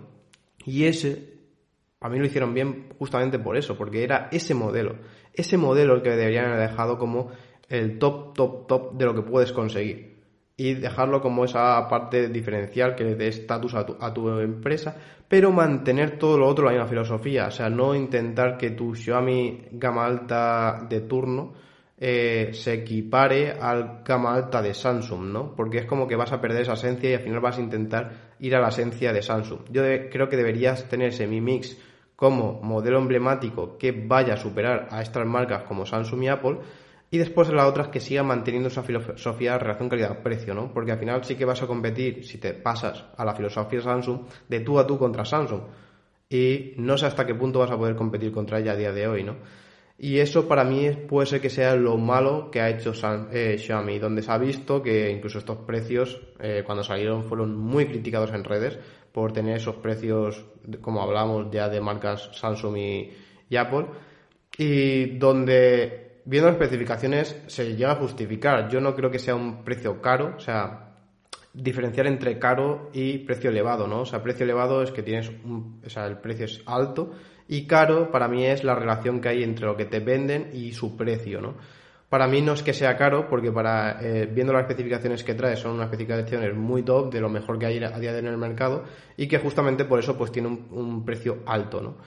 Speaker 1: Y ese, a mí lo hicieron bien justamente por eso, porque era ese modelo, ese modelo el que deberían haber dejado como el top, top, top de lo que puedes conseguir. Y dejarlo como esa parte diferencial que le dé estatus a tu, a tu empresa, pero mantener todo lo otro la misma filosofía. O sea, no intentar que tu Xiaomi gama alta de turno eh, se equipare al gama alta de Samsung, ¿no? Porque es como que vas a perder esa esencia y al final vas a intentar ir a la esencia de Samsung. Yo de, creo que deberías tener ese Mi Mix como modelo emblemático que vaya a superar a estas marcas como Samsung y Apple. Y después la otra es que siga manteniendo esa filosofía de relación calidad-precio, ¿no? Porque al final sí que vas a competir, si te pasas a la filosofía Samsung, de tú a tú contra Samsung. Y no sé hasta qué punto vas a poder competir contra ella a día de hoy, ¿no? Y eso para mí puede ser que sea lo malo que ha hecho Sam, eh, Xiaomi, donde se ha visto que incluso estos precios, eh, cuando salieron, fueron muy criticados en redes por tener esos precios, como hablamos ya de marcas Samsung y, y Apple, y donde... Viendo las especificaciones se llega a justificar. Yo no creo que sea un precio caro, o sea, diferenciar entre caro y precio elevado, ¿no? O sea, precio elevado es que tienes un, o sea, el precio es alto, y caro para mí es la relación que hay entre lo que te venden y su precio, ¿no? Para mí no es que sea caro, porque para eh, viendo las especificaciones que trae son unas especificaciones muy top, de lo mejor que hay a día de hoy en el mercado, y que justamente por eso pues tiene un, un precio alto, ¿no?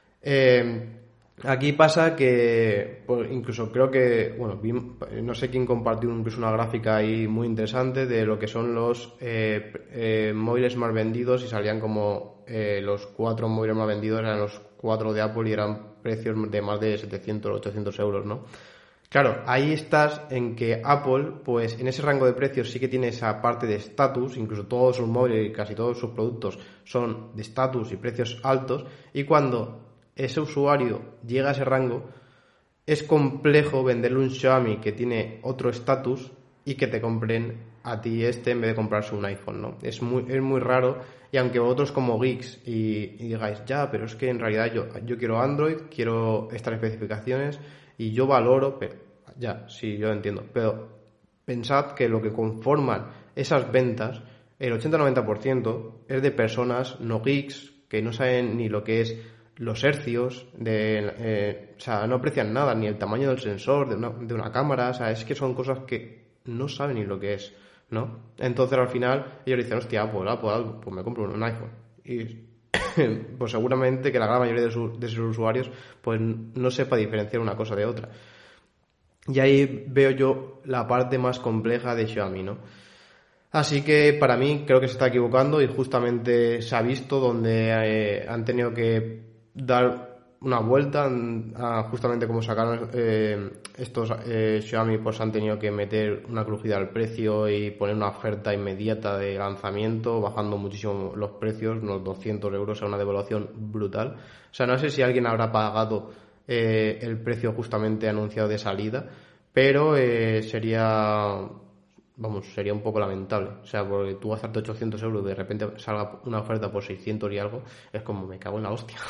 Speaker 1: Eh, Aquí pasa que, pues, incluso creo que, bueno, vi, no sé quién compartió incluso una gráfica ahí muy interesante de lo que son los eh, eh, móviles más vendidos, y salían como eh, los cuatro móviles más vendidos eran los cuatro de Apple y eran precios de más de setecientos, ochocientos euros, ¿no? Claro, ahí estás en que Apple, pues en ese rango de precios sí que tiene esa parte de estatus, incluso todos sus móviles y casi todos sus productos son de estatus y precios altos, y cuando ese usuario llega a ese rango, es complejo venderle un Xiaomi que tiene otro estatus y que te compren a ti este en vez de comprarse un iPhone, ¿no? Es muy, es muy raro, y aunque vosotros como geeks y, y digáis, ya, pero es que en realidad yo, yo quiero Android, quiero estas especificaciones y yo valoro, pero ya, sí, yo entiendo, pero pensad que lo que conforman esas ventas, el ochenta noventa por ciento es de personas no geeks que no saben ni lo que es los hercios, de, eh, o sea, no aprecian nada, ni el tamaño del sensor, de una, de una cámara, o sea, es que son cosas que no saben ni lo que es, ¿no? Entonces al final ellos dicen, hostia, Apple, Apple, pues me compro un iPhone. Y pues seguramente que la gran mayoría de, su, de sus usuarios pues no sepa diferenciar una cosa de otra. Y ahí veo yo la parte más compleja de Xiaomi, ¿no? Así que para mí creo que se está equivocando, y justamente se ha visto donde eh, han tenido que dar una vuelta a justamente como sacaron eh, estos eh, Xiaomi, pues han tenido que meter una crujida al precio y poner una oferta inmediata de lanzamiento, bajando muchísimo los precios, unos doscientos euros, a una devaluación brutal. O sea, no sé si alguien habrá pagado eh, el precio justamente anunciado de salida, pero eh, sería... Vamos, sería un poco lamentable. O sea, porque tú gastarte ochocientos euros, de repente salga una oferta por seiscientos y algo, es como, me cago en la hostia.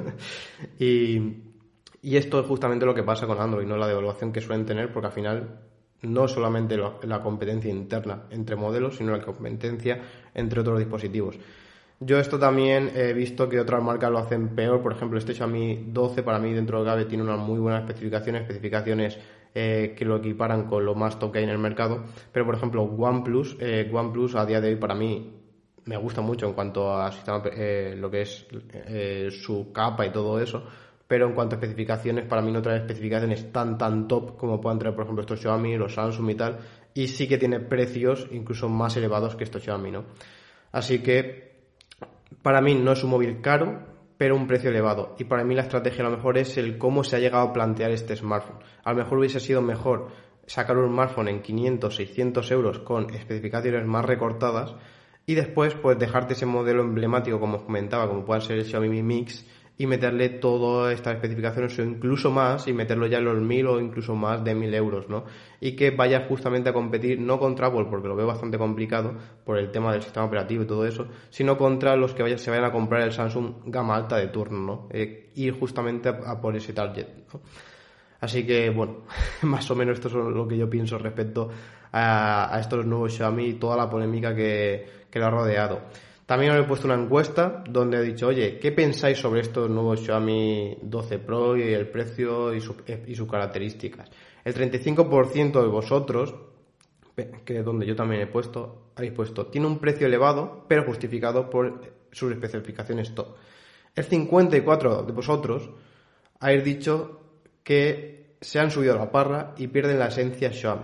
Speaker 1: y, y esto es justamente lo que pasa con Android, ¿no? La devaluación que suelen tener, porque al final no es solamente la, la competencia interna entre modelos, sino la competencia entre otros dispositivos. Yo esto también he visto que otras marcas lo hacen peor. Por ejemplo, este Xiaomi doce para mí dentro de Gabe tiene unas muy buenas especificaciones, especificaciones eh, que lo equiparan con lo más top que hay en el mercado. Pero por ejemplo, OnePlus, eh, OnePlus a día de hoy para mí me gusta mucho en cuanto a sistema, eh, lo que es eh, su capa y todo eso. Pero en cuanto a especificaciones, para mí no trae especificaciones tan tan top como puedan traer, por ejemplo, estos Xiaomi, los Samsung y tal. Y sí que tiene precios incluso más elevados que estos Xiaomi, ¿no? Así que para mí no es un móvil caro, pero un precio elevado. Y para mí la estrategia a lo mejor es el cómo se ha llegado a plantear este smartphone. A lo mejor hubiese sido mejor sacar un smartphone en quinientos, seiscientos euros con especificaciones más recortadas, y después pues dejarte ese modelo emblemático, como os comentaba, como puede ser el Xiaomi Mi Mix, y meterle todas estas especificaciones o incluso más, y meterlo ya en los mil o incluso más de mil euros, ¿no? Y que vaya justamente a competir no contra Apple, porque lo veo bastante complicado por el tema del sistema operativo y todo eso, sino contra los que vayan, se vayan a comprar el Samsung gama alta de turno, ¿no? Eh, ir justamente a, a por ese target, ¿no? Así que, bueno, más o menos esto es lo que yo pienso respecto a, a estos nuevos Xiaomi y toda la polémica que, que lo ha rodeado. También os he puesto una encuesta donde he dicho, oye, ¿qué pensáis sobre estos nuevos Xiaomi doce Pro y el precio y, su, y sus características? El treinta y cinco por ciento de vosotros, que es donde yo también he puesto, habéis puesto, tiene un precio elevado, pero justificado por sus especificaciones top. El cincuenta y cuatro por ciento de vosotros habéis dicho que se han subido a la parra y pierden la esencia Xiaomi.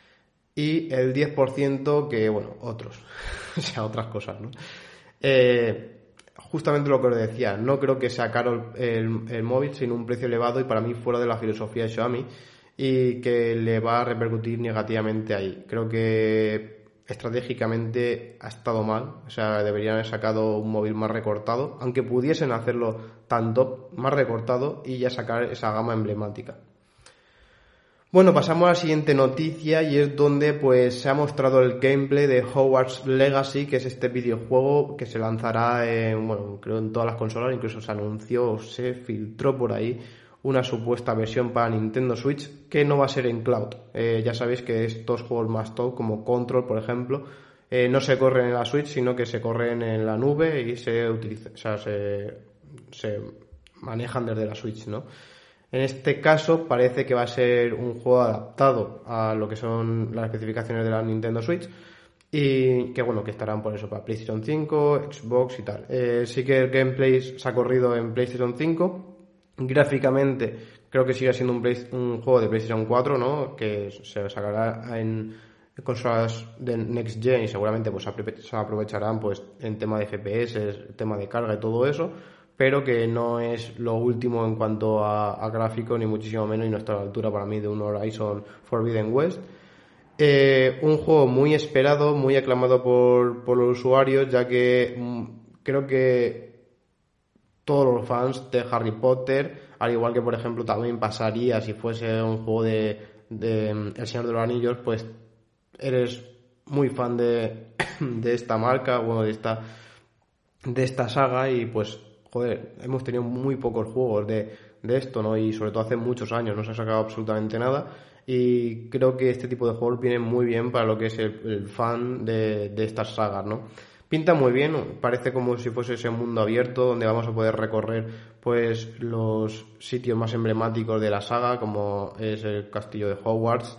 Speaker 1: Y el diez por ciento que, bueno, otros, o sea, otras cosas, ¿no? Eh, justamente lo que os decía, no creo que sea caro el, el, el móvil, sino un precio elevado y para mí fuera de la filosofía de Xiaomi, y que le va a repercutir negativamente ahí. Creo que estratégicamente ha estado mal, o sea, deberían haber sacado un móvil más recortado, aunque pudiesen hacerlo tan top, más recortado, y ya sacar esa gama emblemática. Bueno, pasamos a la siguiente noticia, y es donde pues se ha mostrado el gameplay de Hogwarts Legacy, que es este videojuego que se lanzará en, bueno, creo en todas las consolas. Incluso se anunció, se filtró por ahí una supuesta versión para Nintendo Switch que no va a ser en cloud. Eh, ya sabéis que estos juegos más top como Control, por ejemplo, eh, no se corren en la Switch, sino que se corren en la nube y se utiliza, o sea, se, se manejan desde la Switch, ¿no? En este caso parece que va a ser un juego adaptado a lo que son las especificaciones de la Nintendo Switch y que bueno, que estarán por eso para PlayStation cinco, Xbox y tal. Eh, sí que el gameplay se ha corrido en PlayStation cinco, gráficamente creo que sigue siendo un, play, un juego de PlayStation cuatro, ¿no? Que se sacará en consolas de Next Gen y seguramente pues se aprovecharán pues en tema de F P S, tema de carga y todo eso, pero que no es lo último en cuanto a, a gráfico, ni muchísimo menos, y no está a la altura para mí de un Horizon Forbidden West. Eh, un juego muy esperado, muy aclamado por, por los usuarios, ya que mmm, creo que todos los fans de Harry Potter, al igual que por ejemplo también pasaría si fuese un juego de, de El Señor de los Anillos, pues eres muy fan de, de esta marca, bueno, de esta, de esta saga y pues joder, hemos tenido muy pocos juegos de, de esto, ¿no? Y sobre todo hace muchos años no se ha sacado absolutamente nada y creo que este tipo de juegos vienen muy bien para lo que es el, el fan de, de estas sagas, ¿no? Pinta muy bien, parece como si fuese ese mundo abierto donde vamos a poder recorrer pues los sitios más emblemáticos de la saga, como es el castillo de Hogwarts,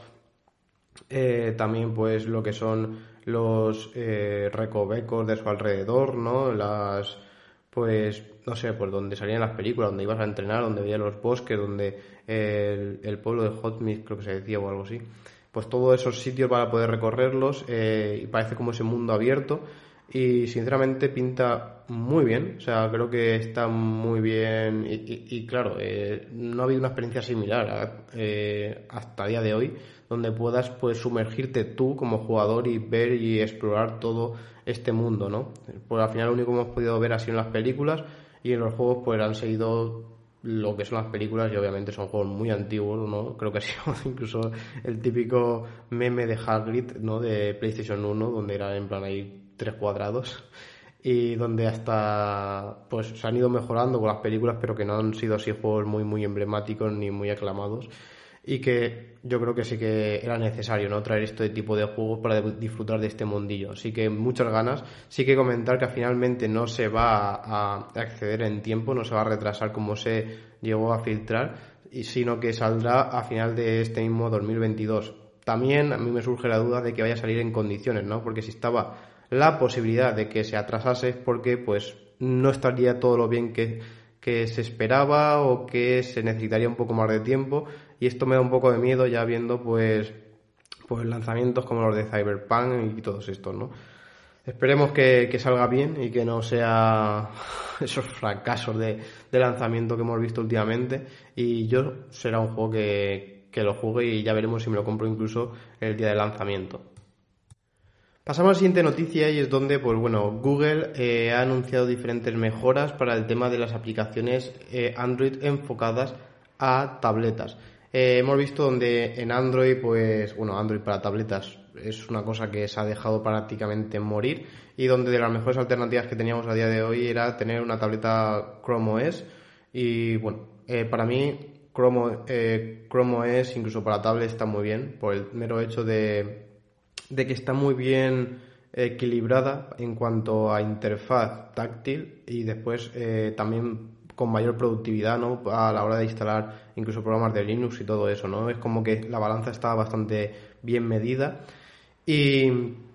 Speaker 1: eh, también pues lo que son los eh, recovecos de su alrededor, ¿no? Las pues no sé, pues donde salían las películas, donde ibas a entrenar, donde veías los bosques, donde el, el pueblo de Hogsmeade, creo que se decía o algo así, pues todos esos sitios para poder recorrerlos, eh, y parece como ese mundo abierto y sinceramente pinta muy bien, o sea, creo que está muy bien y, y, y claro, eh, no ha habido una experiencia similar a, eh, hasta el día de hoy donde puedas pues sumergirte tú como jugador y ver y explorar todo este mundo, ¿no? Pues al final lo único que hemos podido ver ha sido en las películas y en los juegos pues han seguido lo que son las películas y obviamente son juegos muy antiguos, ¿no? Creo que ha sido incluso el típico meme de Hagrid, ¿no? De PlayStation uno, donde era en plan ahí tres cuadrados y donde hasta pues se han ido mejorando con las películas, pero que no han sido así juegos muy muy emblemáticos ni muy aclamados y que yo creo que sí que era necesario, ¿no? Traer este tipo de juegos para disfrutar de este mundillo. Así que muchas ganas. Sí que comentar que finalmente no se va a acceder en tiempo, no se va a retrasar como se llegó a filtrar, sino que saldrá a final de este mismo dos mil veintidós. También a mí me surge la duda de que vaya a salir en condiciones, ¿no? Porque si estaba la posibilidad de que se atrasase es porque pues no estaría todo lo bien que, que se esperaba o que se necesitaría un poco más de tiempo. Y esto me da un poco de miedo ya viendo pues, pues lanzamientos como los de Cyberpunk y todos estos, ¿no? Esperemos que, que salga bien y que no sea esos fracasos de, de lanzamiento que hemos visto últimamente. Y yo será un juego que, que lo juegue y ya veremos si me lo compro incluso el día de lanzamiento. Pasamos a la siguiente noticia y es donde, pues bueno, Google eh, ha anunciado diferentes mejoras para el tema de las aplicaciones eh, Android enfocadas a tabletas. Eh, hemos visto donde en Android, pues bueno, Android para tabletas es una cosa que se ha dejado prácticamente morir y donde de las mejores alternativas que teníamos a día de hoy era tener una tableta Chrome O S y bueno, eh, para mí Chrome, eh, Chrome O S incluso para tablet está muy bien por el mero hecho de, de que está muy bien equilibrada en cuanto a interfaz táctil y después eh, también con mayor productividad, ¿no? A la hora de instalar incluso programas de Linux y todo eso, ¿no? Es como que la balanza está bastante bien medida y,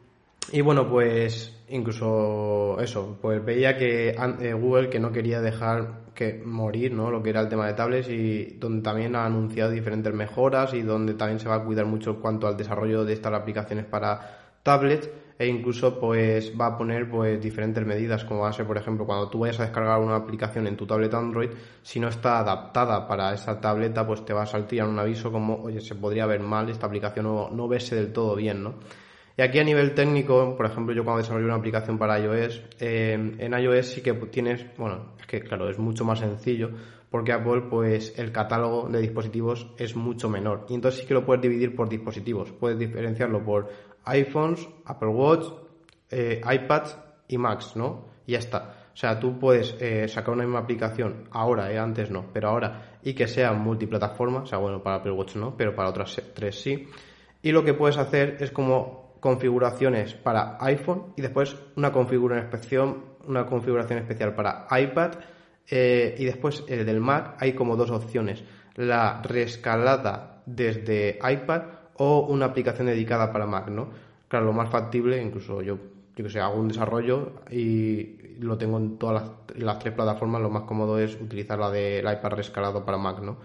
Speaker 1: y bueno, pues incluso eso, pues veía que eh, Google que no quería dejar que morir, ¿no? Lo que era el tema de tablets y donde también ha anunciado diferentes mejoras y donde también se va a cuidar mucho en cuanto al desarrollo de estas aplicaciones para tablets e incluso pues va a poner pues diferentes medidas como va a ser por ejemplo cuando tú vayas a descargar una aplicación en tu tablet Android, si no está adaptada para esa tableta pues te va a saltar un aviso como oye se podría ver mal esta aplicación o no verse del todo bien, ¿no? Y aquí a nivel técnico, por ejemplo yo cuando desarrollo una aplicación para iOS, eh, en iOS sí que tienes, bueno, es que claro, es mucho más sencillo porque Apple pues el catálogo de dispositivos es mucho menor y entonces sí que lo puedes dividir por dispositivos, puedes diferenciarlo por iPhones, Apple Watch, eh, iPads y Macs, ¿no? Y ya está. O sea, tú puedes eh, sacar una misma aplicación ahora, eh, antes no, pero ahora y que sea multiplataforma, o sea, bueno, para Apple Watch no, pero para otras tres sí. Y lo que puedes hacer es como configuraciones para iPhone y después una configuración, una configuración especial para iPad, eh, y después el del Mac hay como dos opciones, la reescalada desde iPad o una aplicación dedicada para Mac, ¿no? Claro, lo más factible, incluso yo, yo que sé, hago un desarrollo y lo tengo en todas las, las tres plataformas, lo más cómodo es utilizar la del iPad reescalado para Mac, ¿no?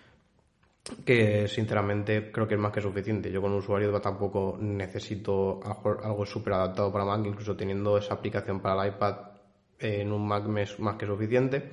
Speaker 1: Que sinceramente creo que es más que suficiente. Yo como usuario tampoco necesito algo súper adaptado para Mac, incluso teniendo esa aplicación para el iPad en un Mac me es más que suficiente.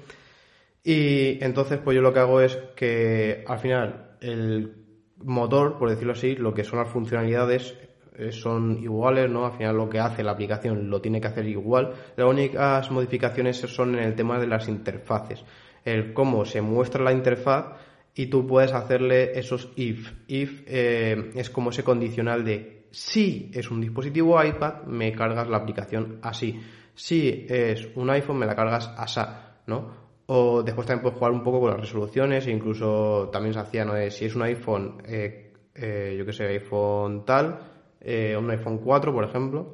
Speaker 1: Y entonces pues yo lo que hago es que al final el motor, por decirlo así, lo que son las funcionalidades son iguales, ¿no? Al final lo que hace la aplicación lo tiene que hacer igual. Las únicas modificaciones son en el tema de las interfaces, el cómo se muestra la interfaz. Y tú puedes hacerle esos if. If eh, es como ese condicional de si es un dispositivo iPad, me cargas la aplicación así. Si es un iPhone, me la cargas asá, ¿no? O después también puedes jugar un poco con las resoluciones, e incluso también se hacía, ¿no? De si es un iPhone, eh, eh, yo qué sé, iPhone tal, eh, un iPhone cuatro, por ejemplo,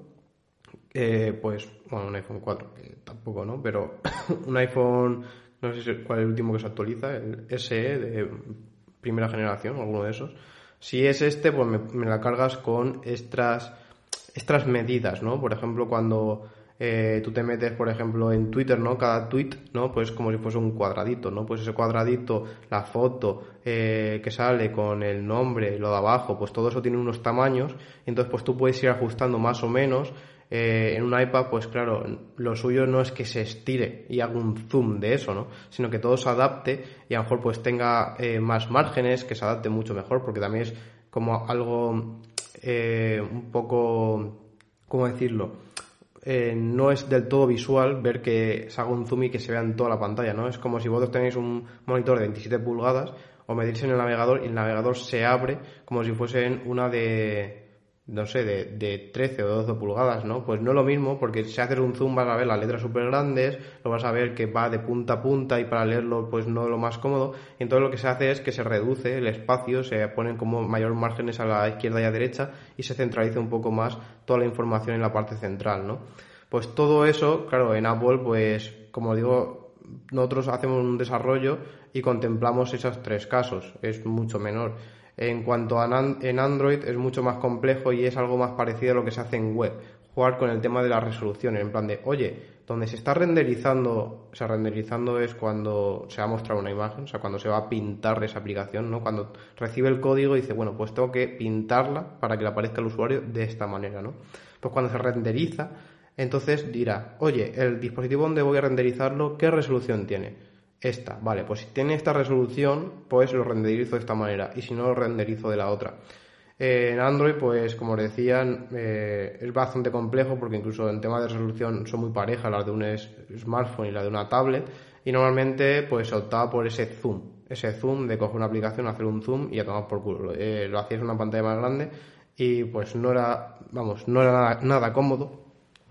Speaker 1: eh, pues, bueno, un iPhone cuatro, eh, tampoco, ¿no? Pero un iPhone... No sé cuál es el último que se actualiza, el S E de primera generación, alguno de esos. Si es este, pues me, me la cargas con estas, estas medidas, ¿no? Por ejemplo, cuando eh, tú te metes, por ejemplo, en Twitter, ¿no? Cada tweet, ¿no? Pues como si fuese un cuadradito, ¿no? Pues ese cuadradito, la foto eh, que sale con el nombre, lo de abajo, pues todo eso tiene unos tamaños. Entonces, pues tú puedes ir ajustando más o menos. Eh, en un iPad, pues claro, lo suyo no es que se estire y haga un zoom de eso, ¿no? Sino que todo se adapte y a lo mejor pues tenga eh, más márgenes, que se adapte mucho mejor, porque también es como algo eh, un poco, ¿cómo decirlo? Eh, no es del todo visual ver que se haga un zoom y que se vea en toda la pantalla, ¿no? Es como si vosotros tenéis un monitor de veintisiete pulgadas o medís en el navegador y el navegador se abre como si fuesen una de... no sé, de, de trece o doce pulgadas, ¿no? Pues no es lo mismo, porque si haces un zoom vas a ver las letras súper grandes, lo vas a ver que va de punta a punta y para leerlo pues no es lo más cómodo, y entonces lo que se hace es que se reduce el espacio, se ponen como mayor márgenes a la izquierda y a derecha y se centraliza un poco más toda la información en la parte central, ¿no? Pues todo eso, claro, en Apple, pues como digo, nosotros hacemos un desarrollo y contemplamos esos tres casos, es mucho menor. En cuanto a en Android es mucho más complejo y es algo más parecido a lo que se hace en web, jugar con el tema de las resoluciones, en plan de, oye, donde se está renderizando, o sea, renderizando es cuando se va a mostrar una imagen, o sea, cuando se va a pintar esa aplicación, ¿no? Cuando recibe el código y dice, bueno, pues tengo que pintarla para que le aparezca al usuario de esta manera, ¿no? Pues cuando se renderiza, entonces dirá, oye, el dispositivo donde voy a renderizarlo, ¿qué resolución tiene? Esta, vale, pues si tiene esta resolución, pues lo renderizo de esta manera, y si no, lo renderizo de la otra. Eh, en Android, pues como os decían, eh, es bastante complejo porque incluso en tema de resolución son muy parejas las de un smartphone y la de una tablet, y normalmente pues se optaba por ese zoom, ese zoom de coger una aplicación, hacer un zoom y a tomar por culo. Eh, lo hacías en una pantalla más grande y pues no era, vamos, no era nada, nada cómodo.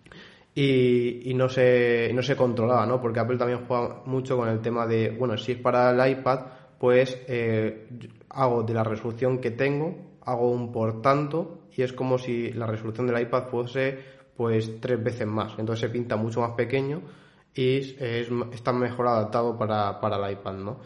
Speaker 1: Y, y no se no se controlaba, ¿no? Porque Apple también juega mucho con el tema de, bueno, si es para el iPad, pues eh, hago de la resolución que tengo, hago un por tanto, y es como si la resolución del iPad fuese pues tres veces más. Entonces se pinta mucho más pequeño y es, es, está mejor adaptado para, para el iPad, ¿no?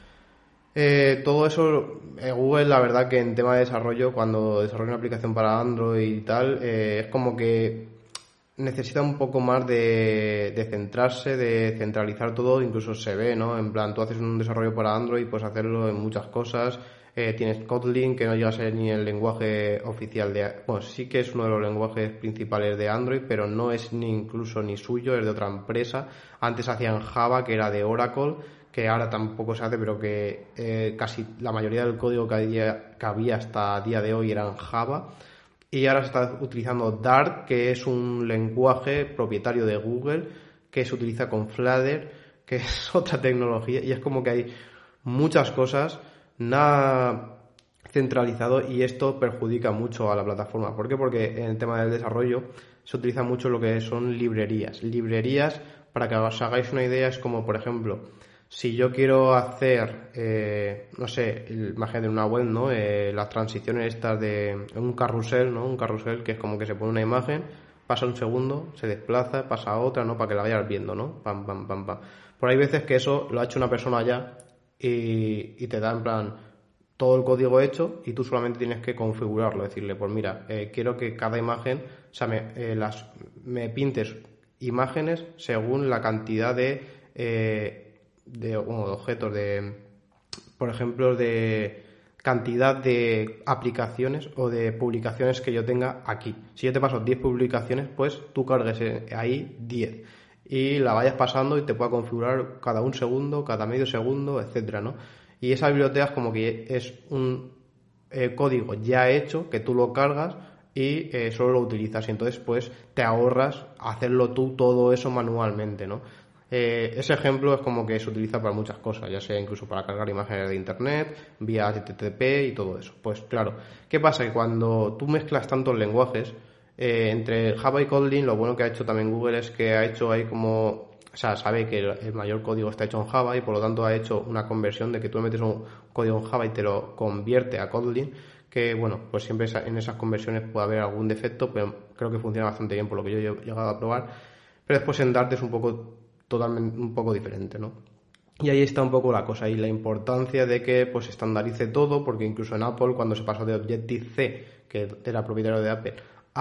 Speaker 1: Eh, todo eso, eh, Google, la verdad que en tema de desarrollo, cuando desarrolla una aplicación para Android y tal, eh, es como que necesita un poco más de, de centrarse, de centralizar todo, incluso se ve, ¿no? En plan, tú haces un desarrollo para Android, puedes hacerlo en muchas cosas, eh, tienes Kotlin, que no llega a ser ni el lenguaje oficial de... Bueno, sí que es uno de los lenguajes principales de Android, pero no es ni incluso ni suyo, es de otra empresa. Antes hacían Java, que era de Oracle, que ahora tampoco se hace, pero que eh, casi la mayoría del código que había, que había hasta el día de hoy era en Java. Y ahora se está utilizando Dart, que es un lenguaje propietario de Google, que se utiliza con Flutter, que es otra tecnología, y es como que hay muchas cosas, nada centralizado, y esto perjudica mucho a la plataforma. ¿Por qué? Porque en el tema del desarrollo se utiliza mucho lo que son librerías. Librerías, para que os hagáis una idea, es como, por ejemplo, si yo quiero hacer, eh, no sé, imagínate en una web, ¿no? Eh, las transiciones estas de un carrusel, ¿no? Un carrusel que es como que se pone una imagen, pasa un segundo, se desplaza, pasa a otra, ¿no? Para que la vayas viendo, ¿no? Pam, pam, pam, pam. Por ahí veces que eso lo ha hecho una persona ya y, y te da en plan todo el código hecho y tú solamente tienes que configurarlo, decirle, pues mira, eh, quiero que cada imagen, o sea, me, eh, las, me pintes imágenes según la cantidad de, eh, de, bueno, de objetos, de, por ejemplo, de cantidad de aplicaciones o de publicaciones que yo tenga aquí. Si yo te paso diez publicaciones, pues tú cargues ahí diez y la vayas pasando y te pueda configurar cada un segundo, cada medio segundo, etcétera, ¿no? Y esa biblioteca es como que es un eh, código ya hecho que tú lo cargas y eh, solo lo utilizas y entonces pues te ahorras hacerlo tú todo eso manualmente, ¿no? Eh, ese ejemplo es como que se utiliza para muchas cosas, ya sea incluso para cargar imágenes de internet, vía H T T P y todo eso. Pues claro, ¿qué pasa? Que cuando tú mezclas tantos lenguajes, eh, entre Java y Kotlin, lo bueno que ha hecho también Google es que ha hecho ahí como, o sea, sabe que el mayor código está hecho en Java y por lo tanto ha hecho una conversión de que tú metes un código en Java y te lo convierte a Kotlin, que bueno, pues siempre en esas conversiones puede haber algún defecto, pero creo que funciona bastante bien por lo que yo he llegado a probar. Pero después en Dart es un poco totalmente un poco diferente, ¿no? Y ahí está un poco la cosa y la importancia de que pues estandarice todo, porque incluso en Apple cuando se pasó de Objective-C, que era propietario de Apple,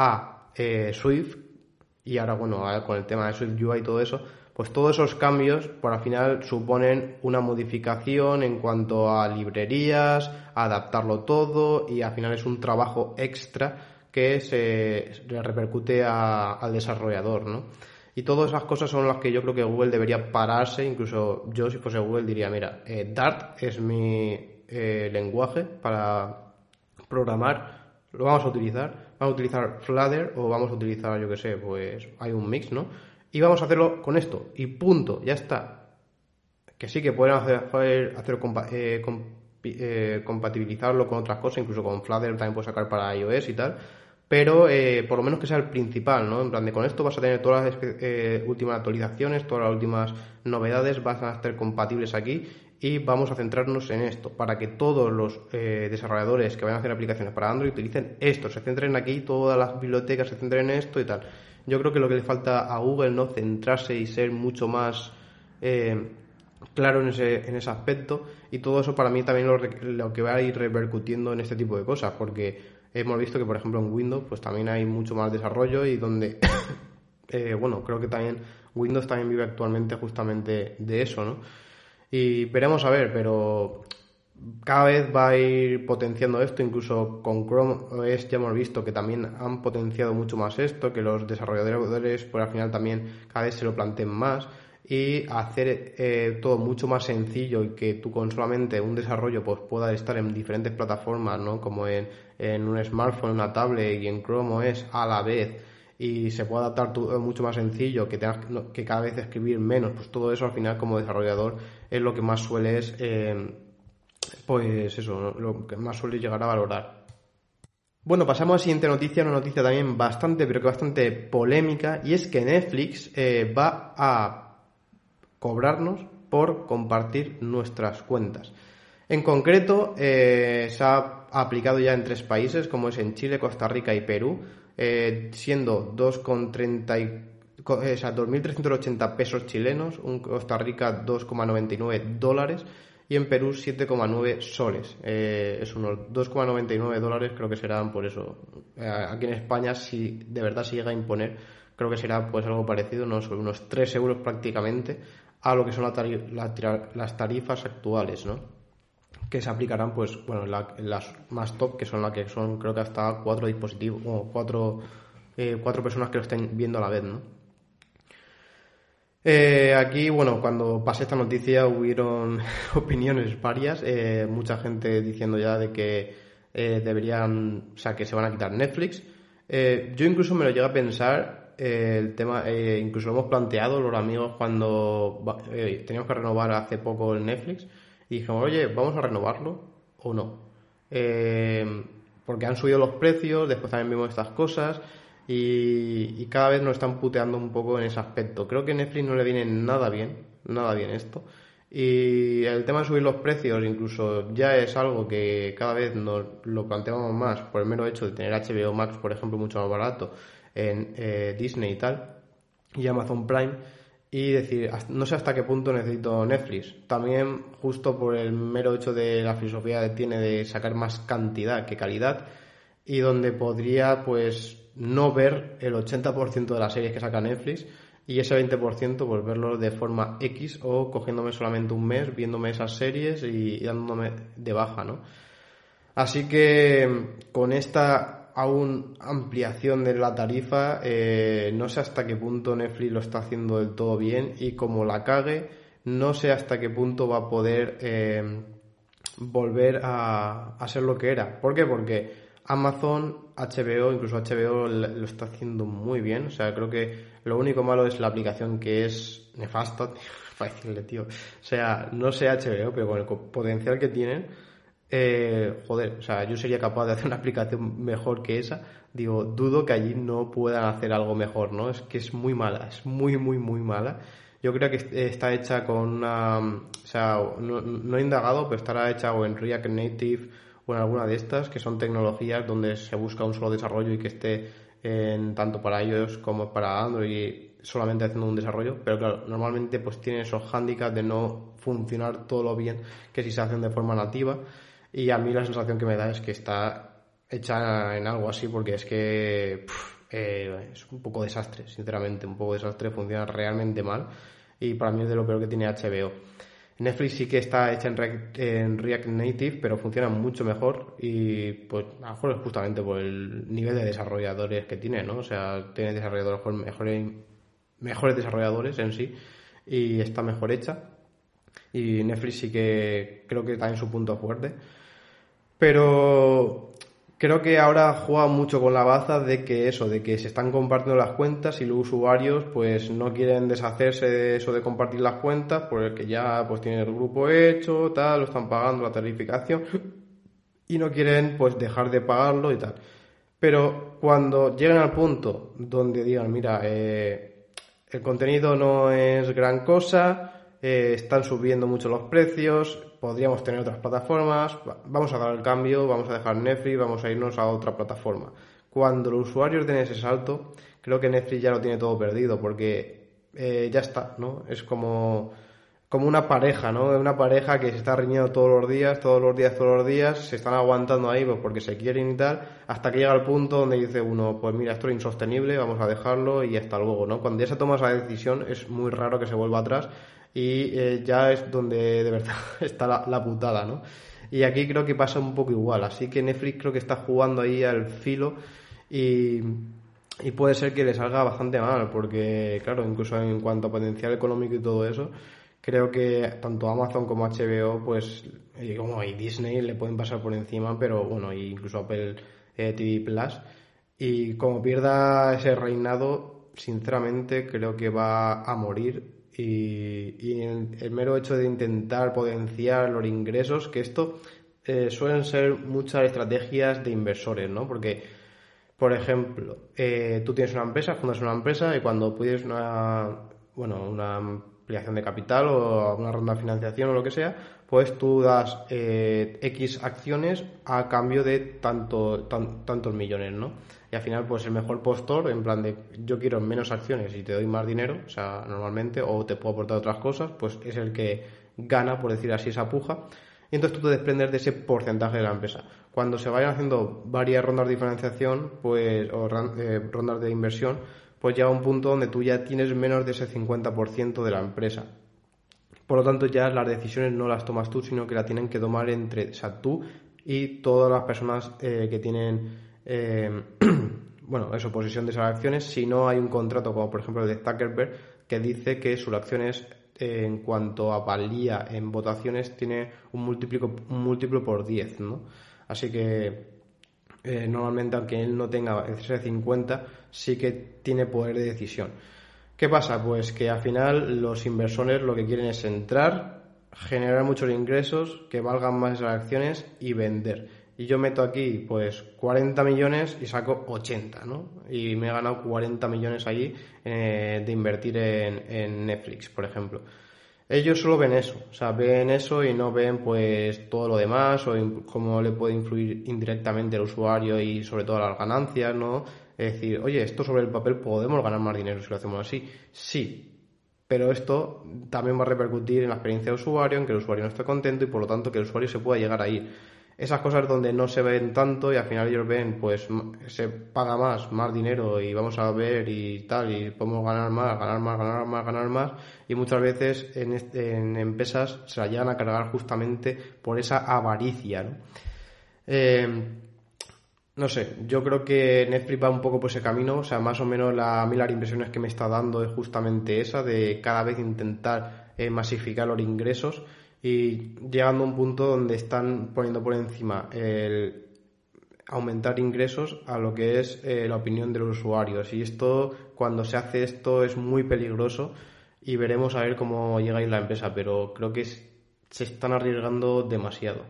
Speaker 1: a eh, Swift, y ahora bueno, con el tema de Swift U I y todo eso, pues todos esos cambios por al final suponen una modificación en cuanto a librerías, a adaptarlo todo y al final es un trabajo extra que se le repercute a, al desarrollador, ¿no? Y todas esas cosas son las que yo creo que Google debería pararse, incluso yo si fuese Google diría, mira, eh, Dart es mi eh, lenguaje para programar, lo vamos a utilizar, vamos a utilizar Flutter o vamos a utilizar, yo que sé, pues hay un mix, ¿no? Y vamos a hacerlo con esto, y punto, ya está. Que sí que pueden hacer, hacer compa eh, comp eh, compatibilizarlo con otras cosas, incluso con Flutter también puedes sacar para iOS y tal, pero eh, por lo menos que sea el principal, ¿no? En plan de con esto vas a tener todas las eh, últimas actualizaciones, todas las últimas novedades, van a estar compatibles aquí y vamos a centrarnos en esto, para que todos los eh, desarrolladores que vayan a hacer aplicaciones para Android utilicen esto, se centren aquí, todas las bibliotecas se centren en esto y tal. Yo creo que lo que le falta a Google, ¿no? Centrarse y ser mucho más eh, claro en ese, en ese aspecto, y todo eso para mí también lo, lo que va a ir repercutiendo en este tipo de cosas, porque hemos visto que por ejemplo en Windows pues también hay mucho más desarrollo y donde eh, bueno, creo que también Windows también vive actualmente justamente de eso, ¿no? Y veremos a ver, pero cada vez va a ir potenciando esto, incluso con Chrome O S ya hemos visto que también han potenciado mucho más esto, que los desarrolladores pues al final también cada vez se lo planteen más y hacer eh, todo mucho más sencillo y que tú con solamente un desarrollo pues puedas estar en diferentes plataformas, ¿no? Como en, en un smartphone, en una tablet y en Chrome O S a la vez, y se puede adaptar todo mucho más sencillo, que tengas que cada vez escribir menos, pues todo eso al final como desarrollador es lo que más sueles eh, pues eso, lo que más suele llegar a valorar. Bueno, pasamos a la siguiente noticia, una noticia también bastante, pero que bastante polémica, y es que Netflix eh, va a cobrarnos por compartir nuestras cuentas. En concreto, eh, se ha aplicado ya en tres países, como es en Chile, Costa Rica y Perú, eh, siendo dos coma treinta y o sea, dos mil trescientos ochenta pesos chilenos, en Costa Rica dos coma noventa y nueve dólares y en Perú siete coma nueve soles. Eh, es unos dos coma noventa y nueve dólares, creo que serán por eso. Eh, aquí en España, si de verdad se llega a imponer, creo que será pues algo parecido, ¿no? Sobre unos tres euros prácticamente a lo que son la tarif la, las tarifas actuales, ¿no? Que se aplicarán, pues, bueno, en, la, en las más top, que son las que son, creo que hasta cuatro dispositivos, o cuatro, eh, cuatro personas que lo estén viendo a la vez, ¿no? Eh, aquí, bueno, cuando pasé esta noticia hubieron opiniones varias, eh, mucha gente diciendo ya de que eh, deberían, o sea, que se van a quitar Netflix. Eh, yo incluso me lo llegué a pensar, eh, el tema, eh, incluso lo hemos planteado los amigos cuando eh, teníamos que renovar hace poco el Netflix y dijimos, oye, ¿vamos a renovarlo o no? Eh, porque han subido los precios, después también vimos estas cosas. Y, y cada vez nos están puteando un poco en ese aspecto. Creo que a Netflix no le viene nada bien, nada bien esto. Y el tema de subir los precios incluso ya es algo que cada vez nos lo planteamos más por el mero hecho de tener H B O Max, por ejemplo, mucho más barato en eh, Disney y tal, y Amazon Prime, y decir, no sé hasta qué punto necesito Netflix. También justo por el mero hecho de la filosofía que tiene de sacar más cantidad que calidad, y donde podría pues no ver el ochenta por ciento de las series que saca Netflix, y ese veinte por ciento pues verlo de forma X, o cogiéndome solamente un mes, viéndome esas series y, y dándome de baja, ¿no? Así que con esta aún ampliación de la tarifa, eh, no sé hasta qué punto Netflix lo está haciendo del todo bien, y como la cague, no sé hasta qué punto va a poder eh, volver a, a ser lo que era. ¿Por qué? Porque Amazon, H B O, incluso H B O lo está haciendo muy bien. O sea, creo que lo único malo es la aplicación, que es nefasta, para decirle, tío. O sea, no sé H B O, pero con el potencial que tienen, eh, joder, o sea, yo sería capaz de hacer una aplicación mejor que esa. Digo, dudo que allí no puedan hacer algo mejor, ¿no? Es que es muy mala, es muy, muy, muy mala. Yo creo que está hecha con una... O sea, no, no he indagado, pero estará hecha o en React Native o en alguna de estas, que son tecnologías donde se busca un solo desarrollo y que esté en, tanto para iOS como para Android, solamente haciendo un desarrollo. Pero claro, normalmente pues tiene esos hándicaps de no funcionar todo lo bien que si se hacen de forma nativa, y a mí la sensación que me da es que está hecha en algo así, porque es que pff, eh, es un poco desastre, sinceramente, un poco desastre, funciona realmente mal, y para mí es de lo peor que tiene H B O. Netflix sí que está hecha en React, en React Native, pero funciona mucho mejor, y pues a lo mejor es justamente por el nivel de desarrolladores que tiene, ¿no? O sea, tiene desarrolladores mejores, mejores desarrolladores en sí, y está mejor hecha. Y Netflix sí que creo que está en su punto fuerte, pero creo que ahora juega mucho con la baza de que eso, de que se están compartiendo las cuentas, y los usuarios pues no quieren deshacerse de eso de compartir las cuentas, porque ya pues tienen el grupo hecho, tal, lo están pagando la tarificación, y no quieren pues dejar de pagarlo y tal. Pero cuando llegan al punto donde digan, mira, eh, el contenido no es gran cosa, eh, están subiendo mucho los precios, podríamos tener otras plataformas, vamos a dar el cambio, vamos a dejar Netflix, vamos a irnos a otra plataforma. Cuando los usuarios den ese salto, creo que Netflix ya lo tiene todo perdido, porque eh, ya está, ¿no? Es como, como una pareja, ¿no? Una pareja que se está riñendo todos los días, todos los días, todos los días, se están aguantando ahí pues porque se quieren y tal, hasta que llega el punto donde dice uno, pues mira, esto es insostenible, vamos a dejarlo y hasta luego, ¿no? Cuando ya se toma esa decisión es muy raro que se vuelva atrás, y eh, ya es donde de verdad está la, la putada, ¿no? Y aquí creo que pasa un poco igual, así que Netflix creo que está jugando ahí al filo, y, y puede ser que le salga bastante mal, porque claro, incluso en cuanto a potencial económico y todo eso, creo que tanto Amazon como H B O pues y como y Disney le pueden pasar por encima, pero bueno, incluso Apple eh, T V Plus, y como pierda ese reinado, sinceramente creo que va a morir. Y, y el, el mero hecho de intentar potenciar los ingresos, que esto eh, suelen ser muchas estrategias de inversores, ¿no? Porque, por ejemplo, eh, tú tienes una empresa, fundas una empresa, y cuando pides una, bueno, una ampliación de capital o una ronda de financiación o lo que sea, pues tú das eh, X acciones a cambio de tanto, tan, tantos millones, ¿no? Y al final, pues el mejor postor, en plan de yo quiero menos acciones y te doy más dinero, o sea, normalmente, o te puedo aportar otras cosas, pues es el que gana, por decir así, esa puja. Y entonces tú te desprendes de ese porcentaje de la empresa. Cuando se vayan haciendo varias rondas de financiación, pues, o eh, rondas de inversión, pues llega un punto donde tú ya tienes menos de ese cincuenta por ciento de la empresa. Por lo tanto, ya las decisiones no las tomas tú, sino que las tienen que tomar entre, o sea, tú y todas las personas eh, que tienen... Eh, bueno, eso, posesión de esas acciones, si no hay un contrato como por ejemplo el de Zuckerberg, que dice que sus acciones eh, en cuanto a valía en votaciones tiene un múltiplo, un múltiplo por diez, ¿no? Así que eh, normalmente, aunque él no tenga ese cincuenta, sí que tiene poder de decisión. ¿Qué pasa? Pues que al final los inversores lo que quieren es entrar, generar muchos ingresos, que valgan más esas acciones y vender. Y yo meto aquí pues cuarenta millones y saco ochenta, ¿no? Y me he ganado cuarenta millones allí eh, de invertir en, en Netflix, por ejemplo. Ellos solo ven eso, o sea, ven eso y no ven pues todo lo demás o in- cómo le puede influir indirectamente al usuario y sobre todo a las ganancias, ¿no? Es decir, oye, esto sobre el papel podemos ganar más dinero si lo hacemos así. Sí, pero esto también va a repercutir en la experiencia de usuario, en que el usuario no esté contento y por lo tanto que el usuario se pueda llegar a ir. Esas cosas donde no se ven tanto y al final ellos ven, pues m- se paga más, más dinero y vamos a ver y tal, y podemos ganar más, ganar más, ganar más, ganar más, y muchas veces en, este- en empresas se la llegan a cargar justamente por esa avaricia, ¿no? Eh, no sé, yo creo que Netflix va un poco por ese camino, o sea, más o menos la, a mí las impresiones que me está dando es justamente esa, de cada vez intentar eh, masificar los ingresos y llegando a un punto donde están poniendo por encima el aumentar ingresos a lo que es eh, la opinión de los usuarios. Y esto, cuando se hace esto, es muy peligroso y veremos a ver cómo llega a ir la empresa, pero creo que es- se están arriesgando demasiado.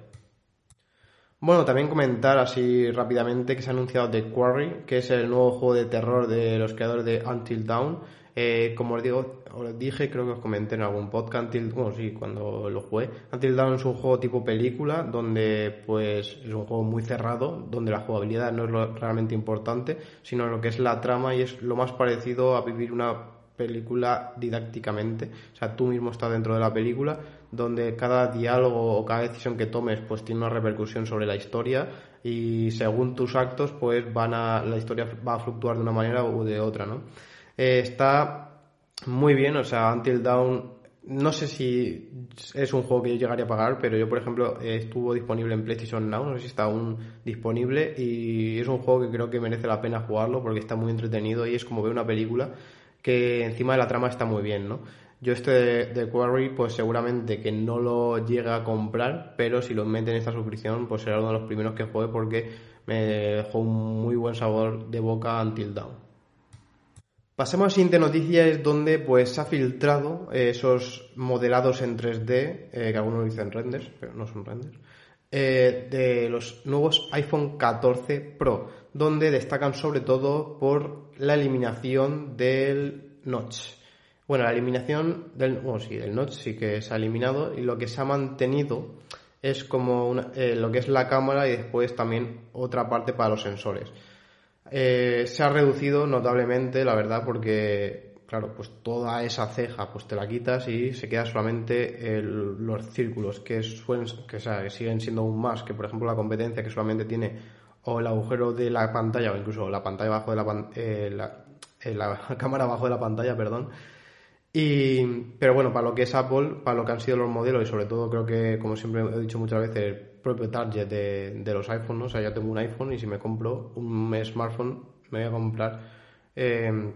Speaker 1: Bueno, también comentar así rápidamente que se ha anunciado The Quarry, que es el nuevo juego de terror de los creadores de Until Dawn. Eh, como os digo, os dije, creo que os comenté en algún podcast, Until, bueno, sí, cuando lo jugué. Until Dawn es un juego tipo película, donde pues es un juego muy cerrado, donde la jugabilidad no es lo realmente importante, sino lo que es la trama y es lo más parecido a vivir una película didácticamente. O sea, tú mismo estás dentro de la película, donde cada diálogo o cada decisión que tomes pues tiene una repercusión sobre la historia y según tus actos pues van a la historia va a fluctuar de una manera u de otra, ¿no? Eh, está muy bien, o sea, Until Dawn no sé si es un juego que yo llegaría a pagar, pero yo por ejemplo eh, estuvo disponible en PlayStation Now, no sé si está aún disponible y es un juego que creo que merece la pena jugarlo porque está muy entretenido y es como ver una película que encima de la trama está muy bien, ¿no? Yo este de, de Quarry, pues seguramente que no lo llega a comprar, pero si lo mete en esta suscripción, pues será uno de los primeros que juegue porque me dejó un muy buen sabor de boca Until Dawn. Pasemos a la siguiente noticia, es donde pues se ha filtrado eh, esos modelados en tres D, eh, que algunos dicen renders, pero no son renders, eh, de los nuevos iPhone catorce Pro, donde destacan sobre todo por la eliminación del notch. Bueno, la eliminación del, bueno, sí, del notch sí que se ha eliminado y lo que se ha mantenido es como una- eh, lo que es la cámara y después también otra parte para los sensores. Eh, se ha reducido notablemente, la verdad, porque, claro, pues toda esa ceja pues te la quitas y se queda solamente el- los círculos, que, suelen, que, o sea, que siguen siendo aún más que, por ejemplo, la competencia que solamente tiene o el agujero de la pantalla o incluso la pantalla abajo de la, pan- eh, la, eh, la cámara abajo de la pantalla, perdón. Y, pero bueno, para lo que es Apple, para lo que han sido los modelos y sobre todo creo que, como siempre he dicho muchas veces, el propio target de, de los iPhones, ¿no? O sea, yo tengo un iPhone y si me compro un smartphone me voy a comprar eh,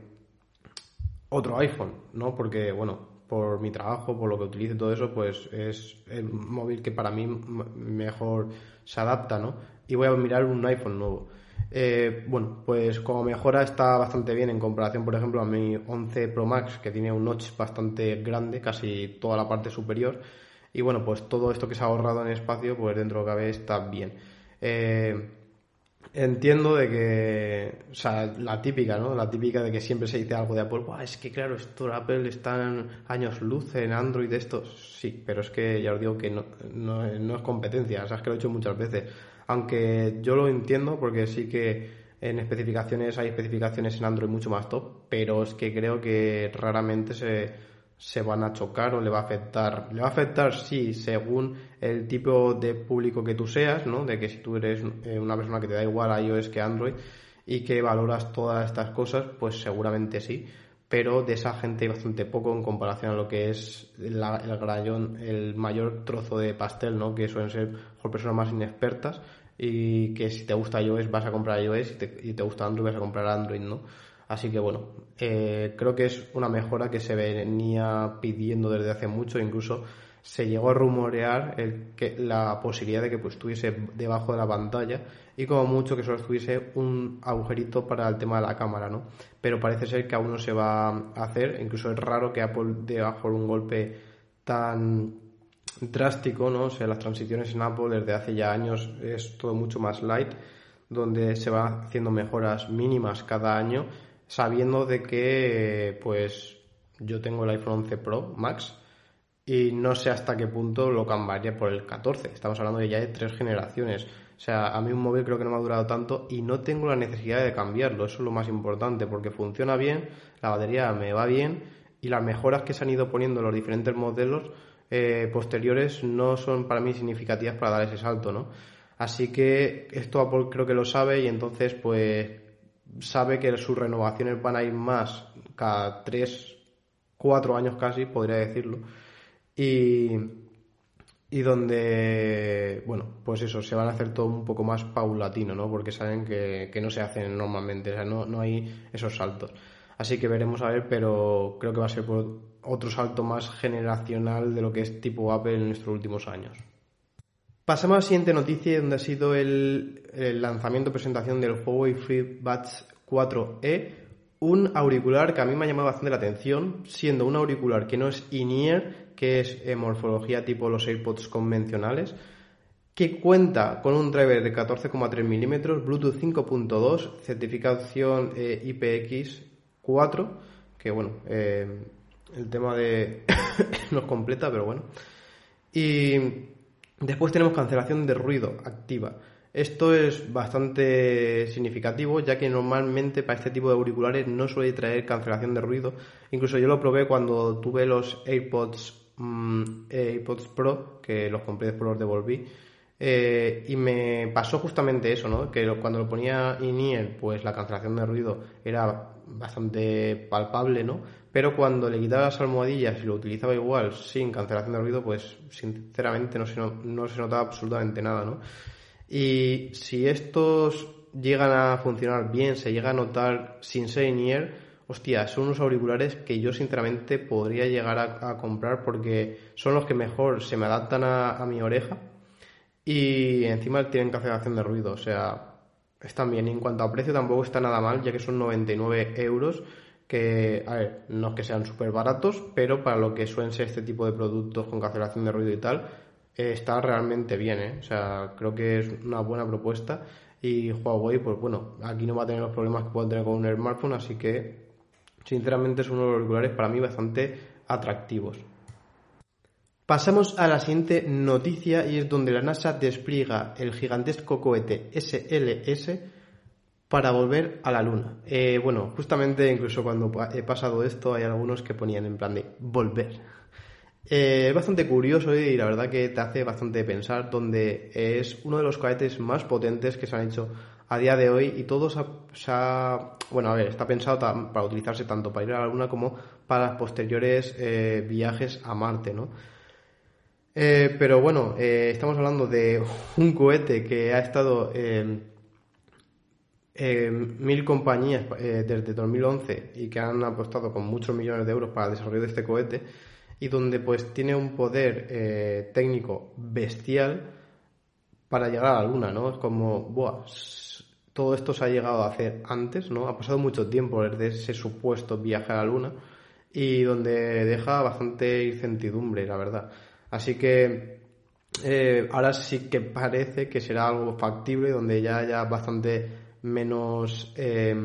Speaker 1: otro iPhone, ¿no? Porque, bueno, por mi trabajo, por lo que utilizo y todo eso, pues es el móvil que para mí m- mejor se adapta, ¿no? Y voy a mirar un iPhone nuevo. Eh, bueno, pues como mejora está bastante bien en comparación, por ejemplo, a mi once Pro Max, que tiene un notch bastante grande, casi toda la parte superior. Y bueno, pues todo esto que se ha ahorrado en espacio, pues dentro de lo que cabe está bien. Eh, Entiendo de que, o sea, la típica, ¿no? La típica de que siempre se dice algo de Apple. Buah, es que claro, esto Apple está en años luz en Android de esto. Sí, pero es que ya os digo que no, no, no es competencia, o sea, es que lo he dicho muchas veces. Aunque yo lo entiendo porque sí que en especificaciones hay especificaciones en Android mucho más top, pero es que creo que raramente se se van a chocar o le va a afectar. Le va a afectar, sí, según el tipo de público que tú seas, ¿no? De que si tú eres eh, una persona que te da igual iOS que Android y que valoras todas estas cosas, pues seguramente sí. Pero de esa gente hay bastante poco en comparación a lo que es la- el grayón, el mayor trozo de pastel, ¿no? Que suelen ser mejor personas más inexpertas y que si te gusta iOS vas a comprar iOS y te, y te gusta Android vas a comprar Android, ¿no? Así que bueno, eh, creo que es una mejora que se venía pidiendo desde hace mucho, incluso se llegó a rumorear el, que, la posibilidad de que pues estuviese debajo de la pantalla y como mucho que solo estuviese un agujerito para el tema de la cámara, ¿no? Pero parece ser que aún no se va a hacer, incluso es raro que Apple dé bajo un golpe tan drástico, ¿no? O sea, las transiciones en Apple desde hace ya años es todo mucho más light, donde se va haciendo mejoras mínimas cada año, sabiendo de que, pues, yo tengo el iPhone once Pro Max y no sé hasta qué punto lo cambiaría por el catorce. Estamos hablando de ya de tres generaciones. O sea, a mí un móvil creo que no me ha durado tanto y no tengo la necesidad de cambiarlo. Eso es lo más importante, porque funciona bien, la batería me va bien y las mejoras que se han ido poniendo en los diferentes modelos eh, posteriores no son para mí significativas para dar ese salto, ¿no? Así que esto Apple creo que lo sabe y entonces pues sabe que sus renovaciones van a ir más cada tres, cuatro años casi, podría decirlo. Y, y donde, bueno, pues eso, se van a hacer todo un poco más paulatino, ¿no? Porque saben que, que no se hacen normalmente, o sea, no, no hay esos saltos. Así que veremos a ver, pero creo que va a ser por otro salto más generacional de lo que es tipo Apple en estos últimos años. Pasamos a la siguiente noticia, donde ha sido el, el lanzamiento, presentación del Huawei FreeBuds cuatro E, un auricular que a mí me ha llamado bastante la atención, siendo un auricular que no es in-ear, que es eh, morfología tipo los AirPods convencionales, que cuenta con un driver de catorce coma tres milímetros, Bluetooth cinco punto dos, certificación eh, I P X cuatro, que bueno, eh, el tema de no es completa, pero bueno. Y después tenemos cancelación de ruido activa. Esto es bastante significativo, ya que normalmente para este tipo de auriculares no suele traer cancelación de ruido. Incluso yo lo probé cuando tuve los AirPods, mmm, AirPods Pro, que los compré después los devolví. Eh, y me pasó justamente eso, ¿no? Que cuando lo ponía in-ear, pues la cancelación de ruido era bastante palpable, ¿no? Pero cuando le quitaba las almohadillas y lo utilizaba igual sin cancelación de ruido, pues sinceramente no se, no, no se notaba absolutamente nada, ¿no? Y si estos llegan a funcionar bien, se llega a notar sin ser in-ear, hostia, son unos auriculares que yo sinceramente podría llegar a, a comprar porque son los que mejor se me adaptan a, a mi oreja y encima tienen cancelación de ruido, o sea, están bien. Y en cuanto a precio tampoco está nada mal, ya que son noventa y nueve euros, que, a ver, no es que sean súper baratos, pero para lo que suelen ser este tipo de productos con cancelación de ruido y tal, eh, está realmente bien, ¿eh? O sea, creo que es una buena propuesta y Huawei, pues bueno, aquí no va a tener los problemas que puede tener con un smartphone, así que sinceramente es uno de los auriculares para mí bastante atractivos. Pasamos a la siguiente noticia y es donde la NASA despliega el gigantesco cohete S L S para volver a la Luna. Eh, bueno, justamente incluso cuando he pasado esto hay algunos que ponían en plan de volver. Eh, es bastante curioso y la verdad que te hace bastante pensar, donde es uno de los cohetes más potentes que se han hecho a día de hoy y todo se ha, se ha bueno, a ver, está pensado ta- para utilizarse tanto para ir a la Luna como para los posteriores eh, viajes a Marte, ¿no? Eh, pero bueno, eh, estamos hablando de un cohete que ha estado eh, eh, mil compañías eh, desde dos mil once y que han apostado con muchos millones de euros para el desarrollo de este cohete y donde pues tiene un poder eh, técnico bestial para llegar a la Luna, ¿no? Es como, buah, todo esto se ha llegado a hacer antes, ¿no? Ha pasado mucho tiempo desde ese supuesto viaje a la Luna y donde deja bastante incertidumbre, la verdad. Así que eh, ahora sí que parece que será algo factible, donde ya haya bastante menos eh,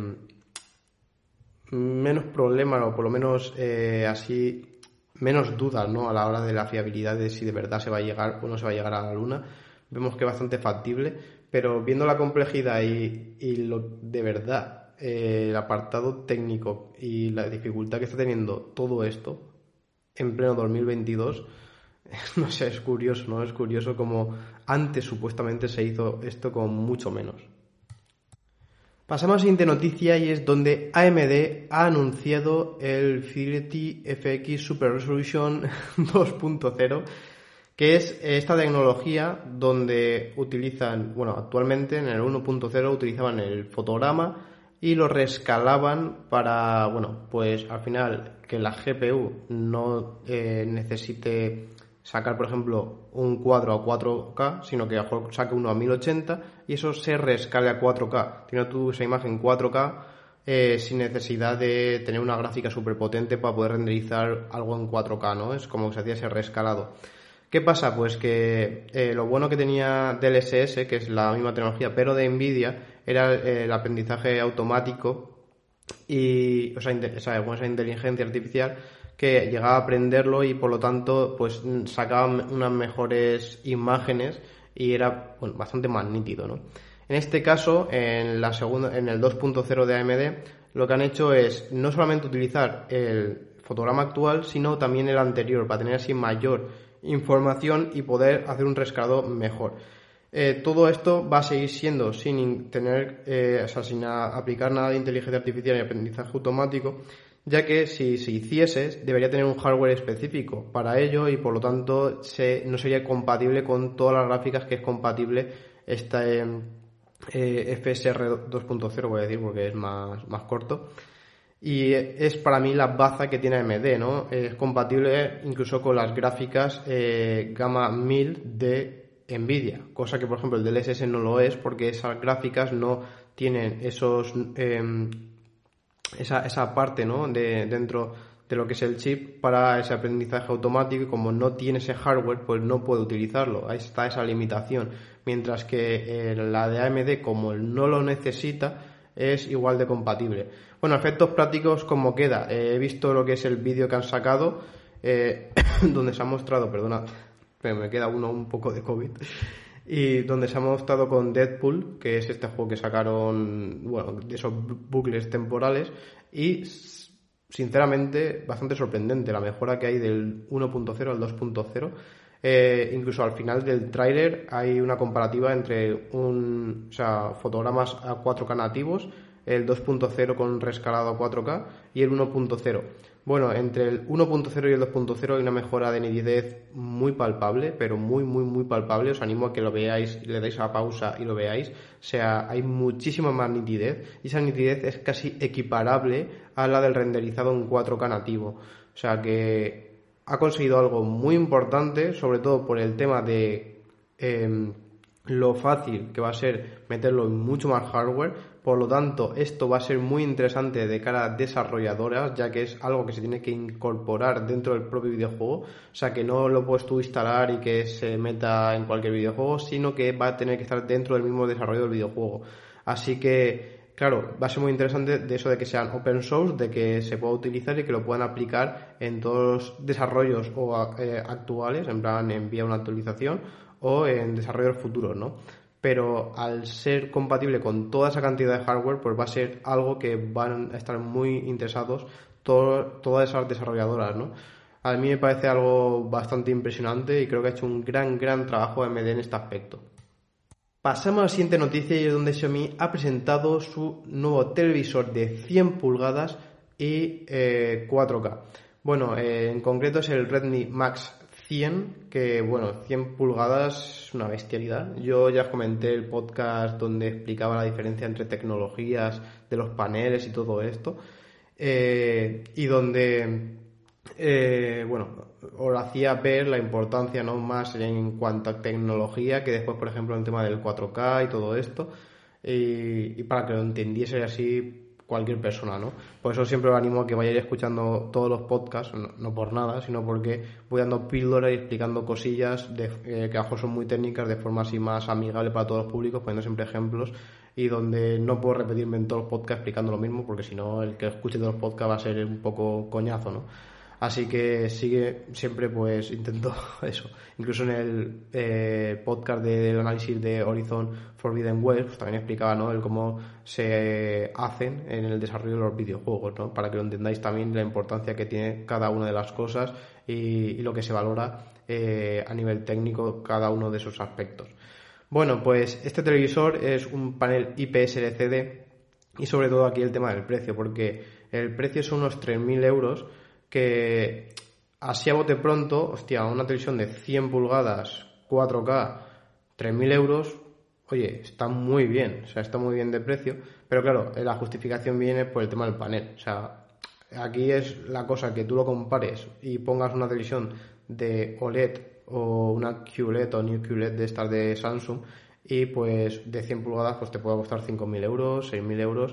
Speaker 1: menos problemas o por lo menos eh, así menos dudas, ¿no? A la hora de la fiabilidad de si de verdad se va a llegar o no se va a llegar a la Luna. Vemos que es bastante factible, pero viendo la complejidad y, y lo de verdad eh, el apartado técnico y la dificultad que está teniendo todo esto en pleno dos mil veintidós, no sé, es curioso, ¿no? Es curioso como antes supuestamente se hizo esto con mucho menos. Pasamos a la siguiente noticia y es donde A M D ha anunciado el Fidelity F X Super Resolution dos punto cero, que es esta tecnología donde utilizan, bueno, actualmente en el uno punto cero utilizaban el fotograma y lo rescalaban para, bueno, pues al final que la G P U no eh, necesite sacar, por ejemplo, un cuadro a cuatro K, sino que a lo mejor saque uno a mil ochenta y eso se rescale a cuatro K. Tiene tú esa imagen cuatro K eh, sin necesidad de tener una gráfica súper potente para poder renderizar algo en cuatro K, ¿no? Es como que se hacía ese rescalado. ¿Qué pasa? Pues que eh, lo bueno que tenía D L S S, que es la misma tecnología, pero de Nvidia, era eh, el aprendizaje automático y, o sea, inte- o sea, bueno, esa inteligencia artificial que llegaba a prenderlo y por lo tanto pues sacaba unas mejores imágenes y era bueno, bastante más nítido, ¿no? En este caso, en la segunda, en el dos punto cero de A M D, lo que han hecho es no solamente utilizar el fotograma actual, sino también el anterior, para tener así mayor información y poder hacer un rescalado mejor. Eh, todo esto va a seguir siendo sin tener, eh, o sea, sin aplicar nada de inteligencia artificial y aprendizaje automático, ya que si se hiciese debería tener un hardware específico para ello y por lo tanto se, no sería compatible con todas las gráficas que es compatible esta eh, eh, F S R dos punto cero, voy a decir porque es más, más corto. Y es para mí la baza que tiene A M D, ¿no? Es compatible incluso con las gráficas eh, Gamma mil de Nvidia, cosa que por ejemplo el D L S S no lo es porque esas gráficas no tienen esos eh, esa, esa parte, ¿no? de dentro de lo que es el chip para ese aprendizaje automático y como no tiene ese hardware pues no puede utilizarlo, ahí está esa limitación, mientras que eh, la de A M D como no lo necesita es igual de compatible. Bueno, efectos prácticos, ¿cómo queda? Eh, he visto lo que es el vídeo que han sacado, eh, donde se ha mostrado, perdona, pero me queda uno un poco de COVID, y donde se ha mostrado con Deadpool, que es este juego que sacaron, bueno, de esos bucles temporales, y sinceramente bastante sorprendente la mejora que hay del uno punto cero al dos punto cero. Eh, incluso al final del tráiler hay una comparativa entre un, o sea, fotogramas a cuatro K nativos, el dos punto cero con rescalado a cuatro K y el uno punto cero. Bueno, entre el uno punto cero y el dos punto cero hay una mejora de nitidez muy palpable, pero muy, muy, muy palpable. Os animo a que lo veáis, le deis a pausa y lo veáis. O sea, hay muchísima más nitidez y esa nitidez es casi equiparable a la del renderizado en cuatro K nativo. O sea que ha conseguido algo muy importante, sobre todo por el tema de eh, lo fácil que va a ser meterlo en mucho más hardware. Por lo tanto, esto va a ser muy interesante de cara a desarrolladoras, ya que es algo que se tiene que incorporar dentro del propio videojuego. O sea, que no lo puedes tú instalar y que se meta en cualquier videojuego, sino que va a tener que estar dentro del mismo desarrollo del videojuego. Así que claro, va a ser muy interesante de eso de que sean open source, de que se pueda utilizar y que lo puedan aplicar en todos los desarrollos o eh, actuales, en plan envía una actualización o en desarrollos futuros, ¿no? Pero al ser compatible con toda esa cantidad de hardware, pues va a ser algo que van a estar muy interesados todo, todas esas desarrolladoras, ¿no? A mí me parece algo bastante impresionante y creo que ha hecho un gran, gran trabajo A M D en este aspecto. Pasamos a la siguiente noticia y es donde Xiaomi ha presentado su nuevo televisor de cien pulgadas y eh, cuatro K. Bueno, eh, en concreto es el Redmi Max cien, que bueno, cien pulgadas es una bestialidad. Yo ya os comenté el podcast donde explicaba la diferencia entre tecnologías de los paneles y todo esto, eh, y donde Eh, bueno, os hacía ver la importancia no más en cuanto a tecnología que después, por ejemplo, en el tema del cuatro K y todo esto, y, y para que lo entendiese así cualquier persona, ¿no? Por eso siempre os animo a que vayáis escuchando todos los podcasts, no, no por nada, sino porque voy dando píldoras y explicando cosillas de, eh, que a lo mejor son muy técnicas de forma así más amigable para todos los públicos, poniendo siempre ejemplos y donde no puedo repetirme en todos los podcasts explicando lo mismo, porque si no el que escuche todos los podcasts va a ser un poco coñazo, ¿no? Así que sigue, siempre pues intento eso. Incluso en el eh, podcast de, del análisis de Horizon Forbidden West, pues también explicaba, ¿no?, el cómo se hacen en el desarrollo de los videojuegos, ¿no?, para que lo entendáis también la importancia que tiene cada una de las cosas y, y lo que se valora eh, a nivel técnico cada uno de esos aspectos. Bueno, pues este televisor es un panel I P S L C D y sobre todo aquí el tema del precio, porque el precio son unos tres mil euros, que así a bote pronto, hostia, una televisión de cien pulgadas, cuatro K, tres mil euros, oye, está muy bien, o sea, está muy bien de precio, pero claro, la justificación viene por el tema del panel, o sea, aquí es la cosa que tú lo compares y pongas una televisión de O L E D o una Q L E D o New Q L E D de estas de Samsung y pues de cien pulgadas pues te puede costar cinco mil euros, seis mil euros,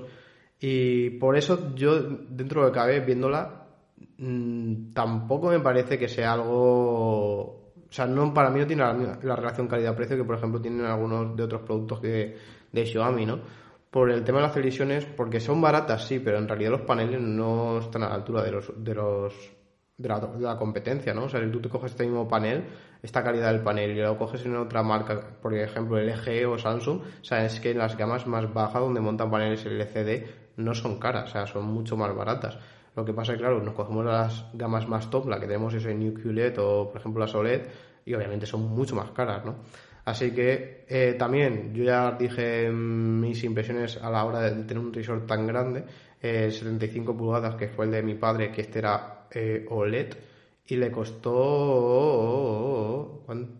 Speaker 1: y por eso yo, dentro de lo que cabe, viéndola, mmm, tampoco me parece que sea algo, o sea, no, para mí no tiene la, la relación calidad-precio que por ejemplo tienen algunos de otros productos que, de Xiaomi, ¿no? Por el tema de las televisiones, porque son baratas, sí, pero en realidad los paneles no están a la altura de los de los de la, de la competencia, ¿no? O sea, si tú te coges este mismo panel, esta calidad del panel, y lo coges en otra marca, por ejemplo L G o Samsung, o sea, es que las gamas más bajas donde montan paneles L C D no son caras, o sea, son mucho más baratas. Lo que pasa es que, claro, nos cogemos las gamas más top, la que tenemos es el New Q L E D o, por ejemplo, las O L E D, y obviamente son mucho más caras, ¿no? Así que eh, también yo ya dije mis impresiones a la hora de tener un televisor tan grande, eh, setenta y cinco pulgadas, que fue el de mi padre, que este era eh, O L E D, y le costó ¿cuánto?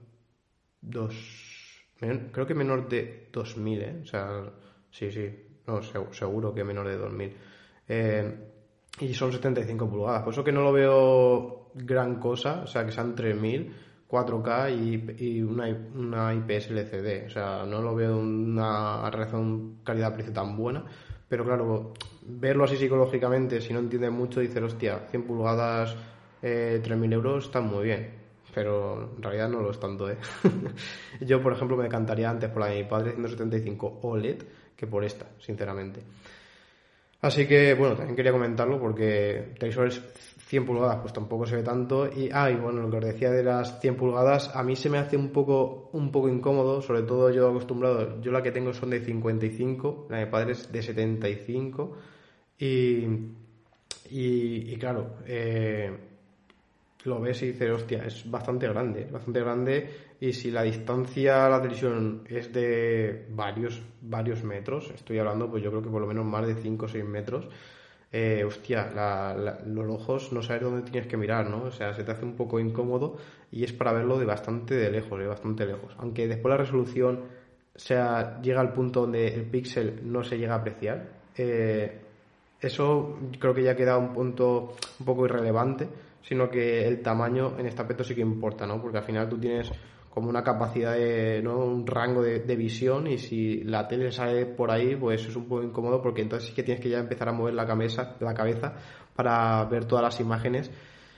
Speaker 1: dos creo que menor de dos mil, ¿eh? O sea, sí, sí, no, seguro que menor de dos mil. Eh, y son setenta y cinco pulgadas, por eso que no lo veo gran cosa, o sea, que sean tres mil, cuatro K y, y una, una I P S L C D, o sea, no lo veo una relación calidad-precio tan buena, pero claro, verlo así psicológicamente, si no entiendes mucho, dices, hostia, cien pulgadas, eh, tres mil euros, están muy bien, pero en realidad no lo es tanto, ¿eh? Yo, por ejemplo, me decantaría antes por la de mi padre ciento setenta y cinco O L E D que por esta, sinceramente. Así que, bueno, también quería comentarlo porque televisores cien pulgadas pues tampoco se ve tanto. Y, ah, y bueno, lo que os decía de las cien pulgadas, a mí se me hace un poco un poco incómodo, sobre todo yo acostumbrado, yo la que tengo son de cincuenta y cinco, la de mi padre es de setenta y cinco y, y, y claro, eh, lo ves y dices, hostia, es bastante grande, bastante grande, y si la distancia a la televisión es de varios, varios metros, estoy hablando, pues yo creo que por lo menos más de cinco o seis metros, eh, hostia, la, la, los ojos no sabes dónde tienes que mirar, ¿no? O sea, se te hace un poco incómodo y es para verlo de bastante de lejos, de bastante lejos. Aunque después la resolución, o sea, llega al punto donde el píxel no se llega a apreciar, eh, eso creo que ya queda un punto un poco irrelevante, sino que el tamaño en este aspecto sí que importa, ¿no? Porque al final tú tienes como una capacidad de, ¿no? Un rango de, de visión, y si la tele sale por ahí, pues es un poco incómodo, porque entonces sí que tienes que ya empezar a mover la cabeza, la cabeza para ver todas las imágenes,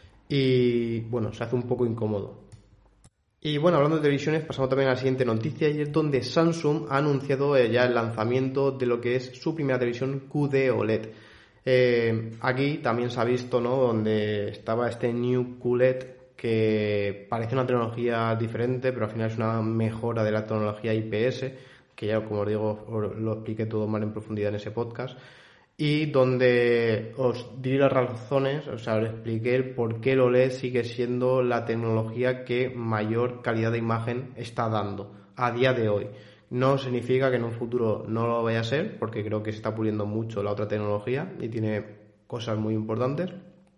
Speaker 1: y bueno, se hace un poco incómodo. Y bueno, hablando de televisiones, pasamos también a la siguiente noticia, y es donde Samsung ha anunciado ya el lanzamiento de lo que es su primera televisión Q D O L E D. Eh, aquí también se ha visto, ¿no?, donde estaba este New Q L E D, que parece una tecnología diferente, pero al final es una mejora de la tecnología I P S, que ya, como os digo, os lo expliqué todo más en profundidad en ese podcast, y donde os di las razones, o sea, os expliqué el por qué el O L E D sigue siendo la tecnología que mayor calidad de imagen está dando a día de hoy. No significa que en un futuro no lo vaya a ser, porque creo que se está puliendo mucho la otra tecnología y tiene cosas muy importantes,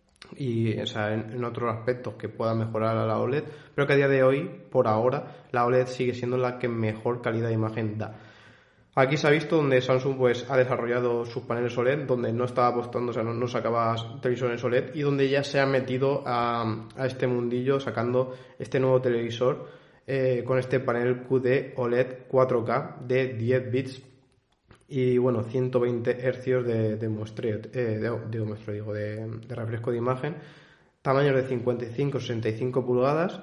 Speaker 1: y o sea, en, en otros aspectos que pueda mejorar a la O L E D, pero que a día de hoy, por ahora, la O L E D sigue siendo la que mejor calidad de imagen da. Aquí se ha visto donde Samsung pues ha desarrollado sus paneles O L E D, donde no estaba apostando, o sea, no, no sacaba televisores O L E D, y donde ya se ha metido a, a este mundillo sacando este nuevo televisor eh, con este panel Q D O L E D cuatro K de diez bits y bueno, ciento veinte hercios de, de muestreo, eh, de, de, muestreo digo, de, de refresco de imagen, tamaños de cincuenta y cinco a sesenta y cinco pulgadas,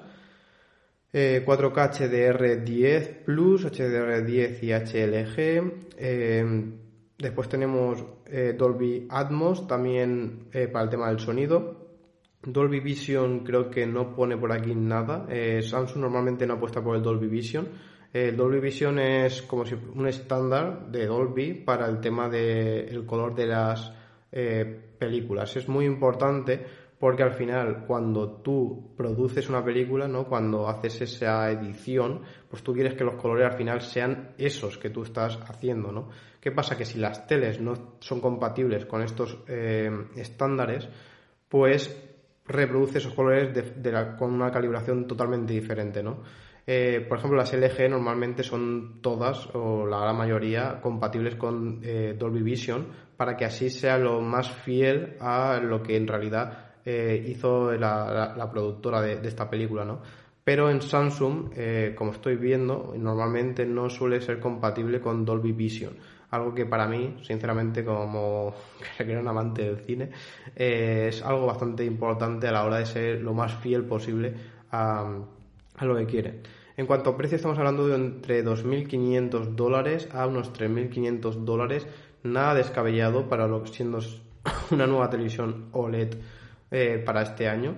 Speaker 1: eh, cuatro K H D R diez Plus, H D R diez y H L G. Eh, después tenemos eh, Dolby Atmos también eh, para el tema del sonido. Dolby Vision creo que no pone por aquí nada. eh, Samsung normalmente no apuesta por el Dolby Vision. El Dolby Vision es como si un estándar de Dolby para el tema del color de las eh, películas. Es muy importante porque al final cuando tú produces una película, ¿no?, cuando haces esa edición, pues tú quieres que los colores al final sean esos que tú estás haciendo, ¿no? ¿Qué pasa? Que si las teles no son compatibles con estos eh, estándares, pues reproduce esos colores de, de la, con una calibración totalmente diferente, ¿no? Eh, por ejemplo, las L G normalmente son todas, o la gran mayoría, compatibles con eh, Dolby Vision, para que así sea lo más fiel a lo que en realidad eh, hizo la, la, la productora de, de esta película, ¿no? Pero en Samsung, eh, como estoy viendo, normalmente no suele ser compatible con Dolby Vision. Algo que para mí, sinceramente, como que era un amante del cine, eh, es algo bastante importante a la hora de ser lo más fiel posible a, a lo que quieren. En cuanto a precio, estamos hablando de entre dos mil quinientos dólares a unos tres mil quinientos dólares, nada descabellado para lo que siendo una nueva televisión O L E D eh, para este año,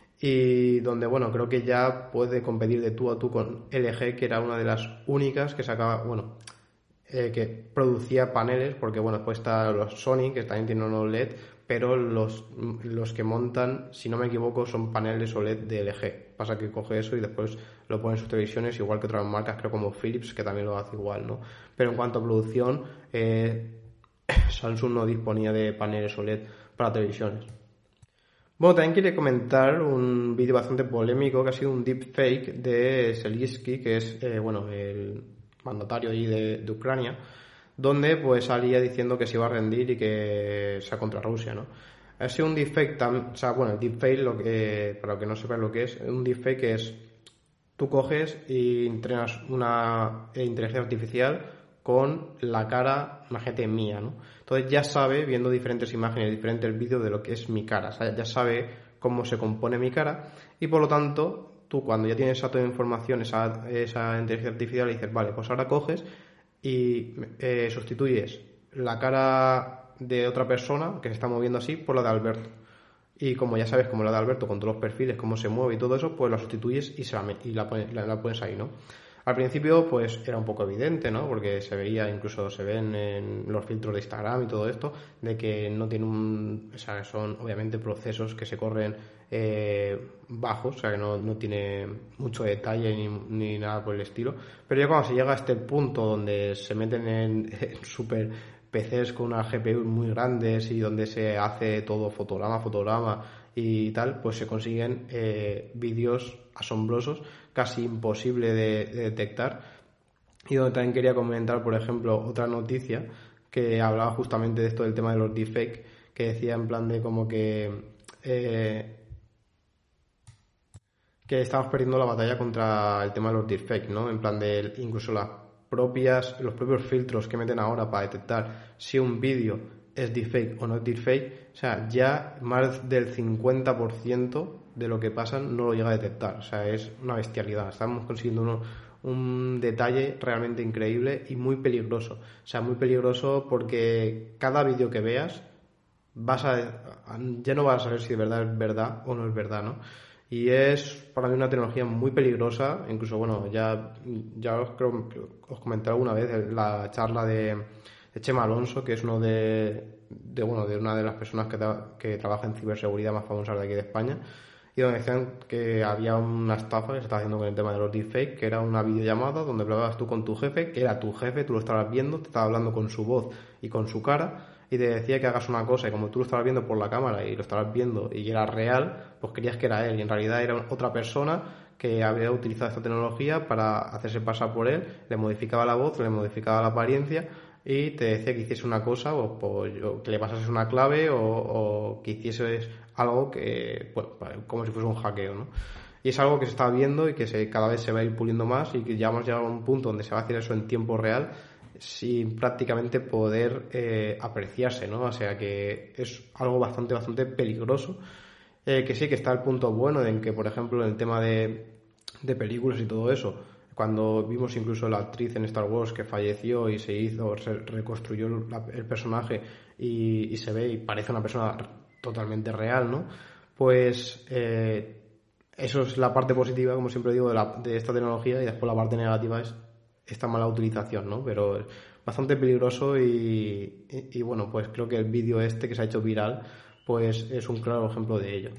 Speaker 1: y donde, bueno, creo que ya puede competir de tú a tú con L G, que era una de las únicas que sacaba, bueno, eh, que producía paneles, porque, bueno, después está los Sony, que también tienen unos L E D, pero los, los que montan, si no me equivoco, son paneles O L E D de L G. Pasa que coge eso y después lo pone en sus televisiones, igual que otras marcas, creo como Philips, que también lo hace igual, ¿no? Pero en cuanto a producción, eh, Samsung no disponía de paneles O L E D para televisiones. Bueno, también quería comentar un vídeo bastante polémico que ha sido un deepfake de Zelensky, que es, eh, bueno, el mandatario ahí de, de Ucrania, donde pues salía diciendo que se iba a rendir y que sea contra Rusia, ¿no? Ha sido un deepfake, tam, o sea, bueno, el deepfake, lo que, para los que no sepan lo que es, un deepfake es, tú coges y entrenas una inteligencia artificial con la cara, imagínate, mía, ¿no? Entonces ya sabe, viendo diferentes imágenes, diferentes vídeos de lo que es mi cara, o sea, ya sabe cómo se compone mi cara y por lo tanto, tú cuando ya tienes esa toda información, esa, esa inteligencia artificial, le dices, vale, pues ahora coges y eh, sustituyes la cara de otra persona que se está moviendo así por la de Alberto. Y como ya sabes, como la de Alberto, con todos los perfiles, cómo se mueve y todo eso, pues la sustituyes y, se la, y la, pones, la, la pones ahí, ¿no? Al principio, pues era un poco evidente, ¿no? Porque se veía, incluso se ven en los filtros de Instagram y todo esto, de que no tiene un... O sea, son obviamente procesos que se corren eh, bajos, o sea, que no, no tiene mucho detalle ni, ni nada por el estilo. Pero ya cuando se llega a este punto donde se meten en, en super P Cs con unas G P U muy grandes y donde se hace todo fotograma, fotograma y tal, pues se consiguen eh, vídeos asombrosos, casi imposible de, de detectar. Y donde también quería comentar, por ejemplo, otra noticia que hablaba justamente de esto del tema de los deepfakes, que decía en plan de como que eh, que estamos perdiendo la batalla contra el tema de los deepfakes, ¿no? En plan de incluso las propias, los propios filtros que meten ahora para detectar si un vídeo es deepfake o no es deepfake, o sea, ya más del cincuenta por ciento de lo que pasa no lo llega a detectar, o sea, es una bestialidad. Estamos consiguiendo uno, un detalle realmente increíble y muy peligroso, o sea, muy peligroso porque cada vídeo que veas vas a, ya no vas a saber si de verdad es verdad o no es verdad, ¿no? Y es para mí una tecnología muy peligrosa. Incluso, bueno, ya, ya os creo que os comenté alguna vez la charla de, de Chema Alonso, que es uno de, de bueno de una de las personas que, tra- que trabaja en ciberseguridad más famosas de aquí de España, y donde decían que había una estafa que se estaba haciendo con el tema de los deepfakes, que era una videollamada donde hablabas tú con tu jefe, que era tu jefe, tú lo estabas viendo, te estaba hablando con su voz y con su cara, y te decía que hagas una cosa, y como tú lo estabas viendo por la cámara y lo estabas viendo y era real, pues creías que era él, y en realidad era otra persona que había utilizado esta tecnología para hacerse pasar por él, le modificaba la voz, le modificaba la apariencia y te decía que hiciese una cosa, o, pues, o que le pasases una clave, o, o que hicieses algo que, bueno, como si fuese un hackeo, ¿no? Y es algo que se está viendo y que se, cada vez se va a ir puliendo más, y que ya hemos llegado a un punto donde se va a hacer eso en tiempo real sin prácticamente poder eh, apreciarse, ¿no? O sea que es algo bastante, bastante peligroso, eh, que sí que está el punto bueno en que, por ejemplo, en el tema de, de películas y todo eso, cuando vimos incluso la actriz en Star Wars que falleció y se hizo, se reconstruyó la, el personaje y, y se ve y parece una persona totalmente real, ¿no? Pues eh, eso es la parte positiva, como siempre digo, de, la, de esta tecnología, y después la parte negativa es esta mala utilización, ¿no? Pero es bastante peligroso y, y, y bueno, pues creo que el vídeo este que se ha hecho viral pues es un claro ejemplo de ello.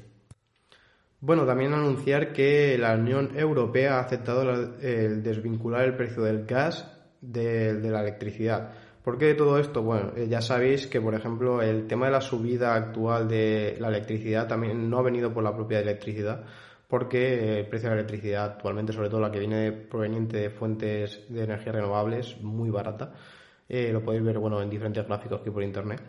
Speaker 1: Bueno, también anunciar que la Unión Europea ha aceptado la, el desvincular el precio del gas de, de la electricidad. ¿Por qué todo esto? Bueno, eh, ya sabéis que, por ejemplo, el tema de la subida actual de la electricidad también no ha venido por la propia electricidad, porque el precio de la electricidad actualmente, sobre todo la que viene proveniente de fuentes de energía renovables, muy barata. Eh, lo podéis ver, bueno, en diferentes gráficos aquí por internet.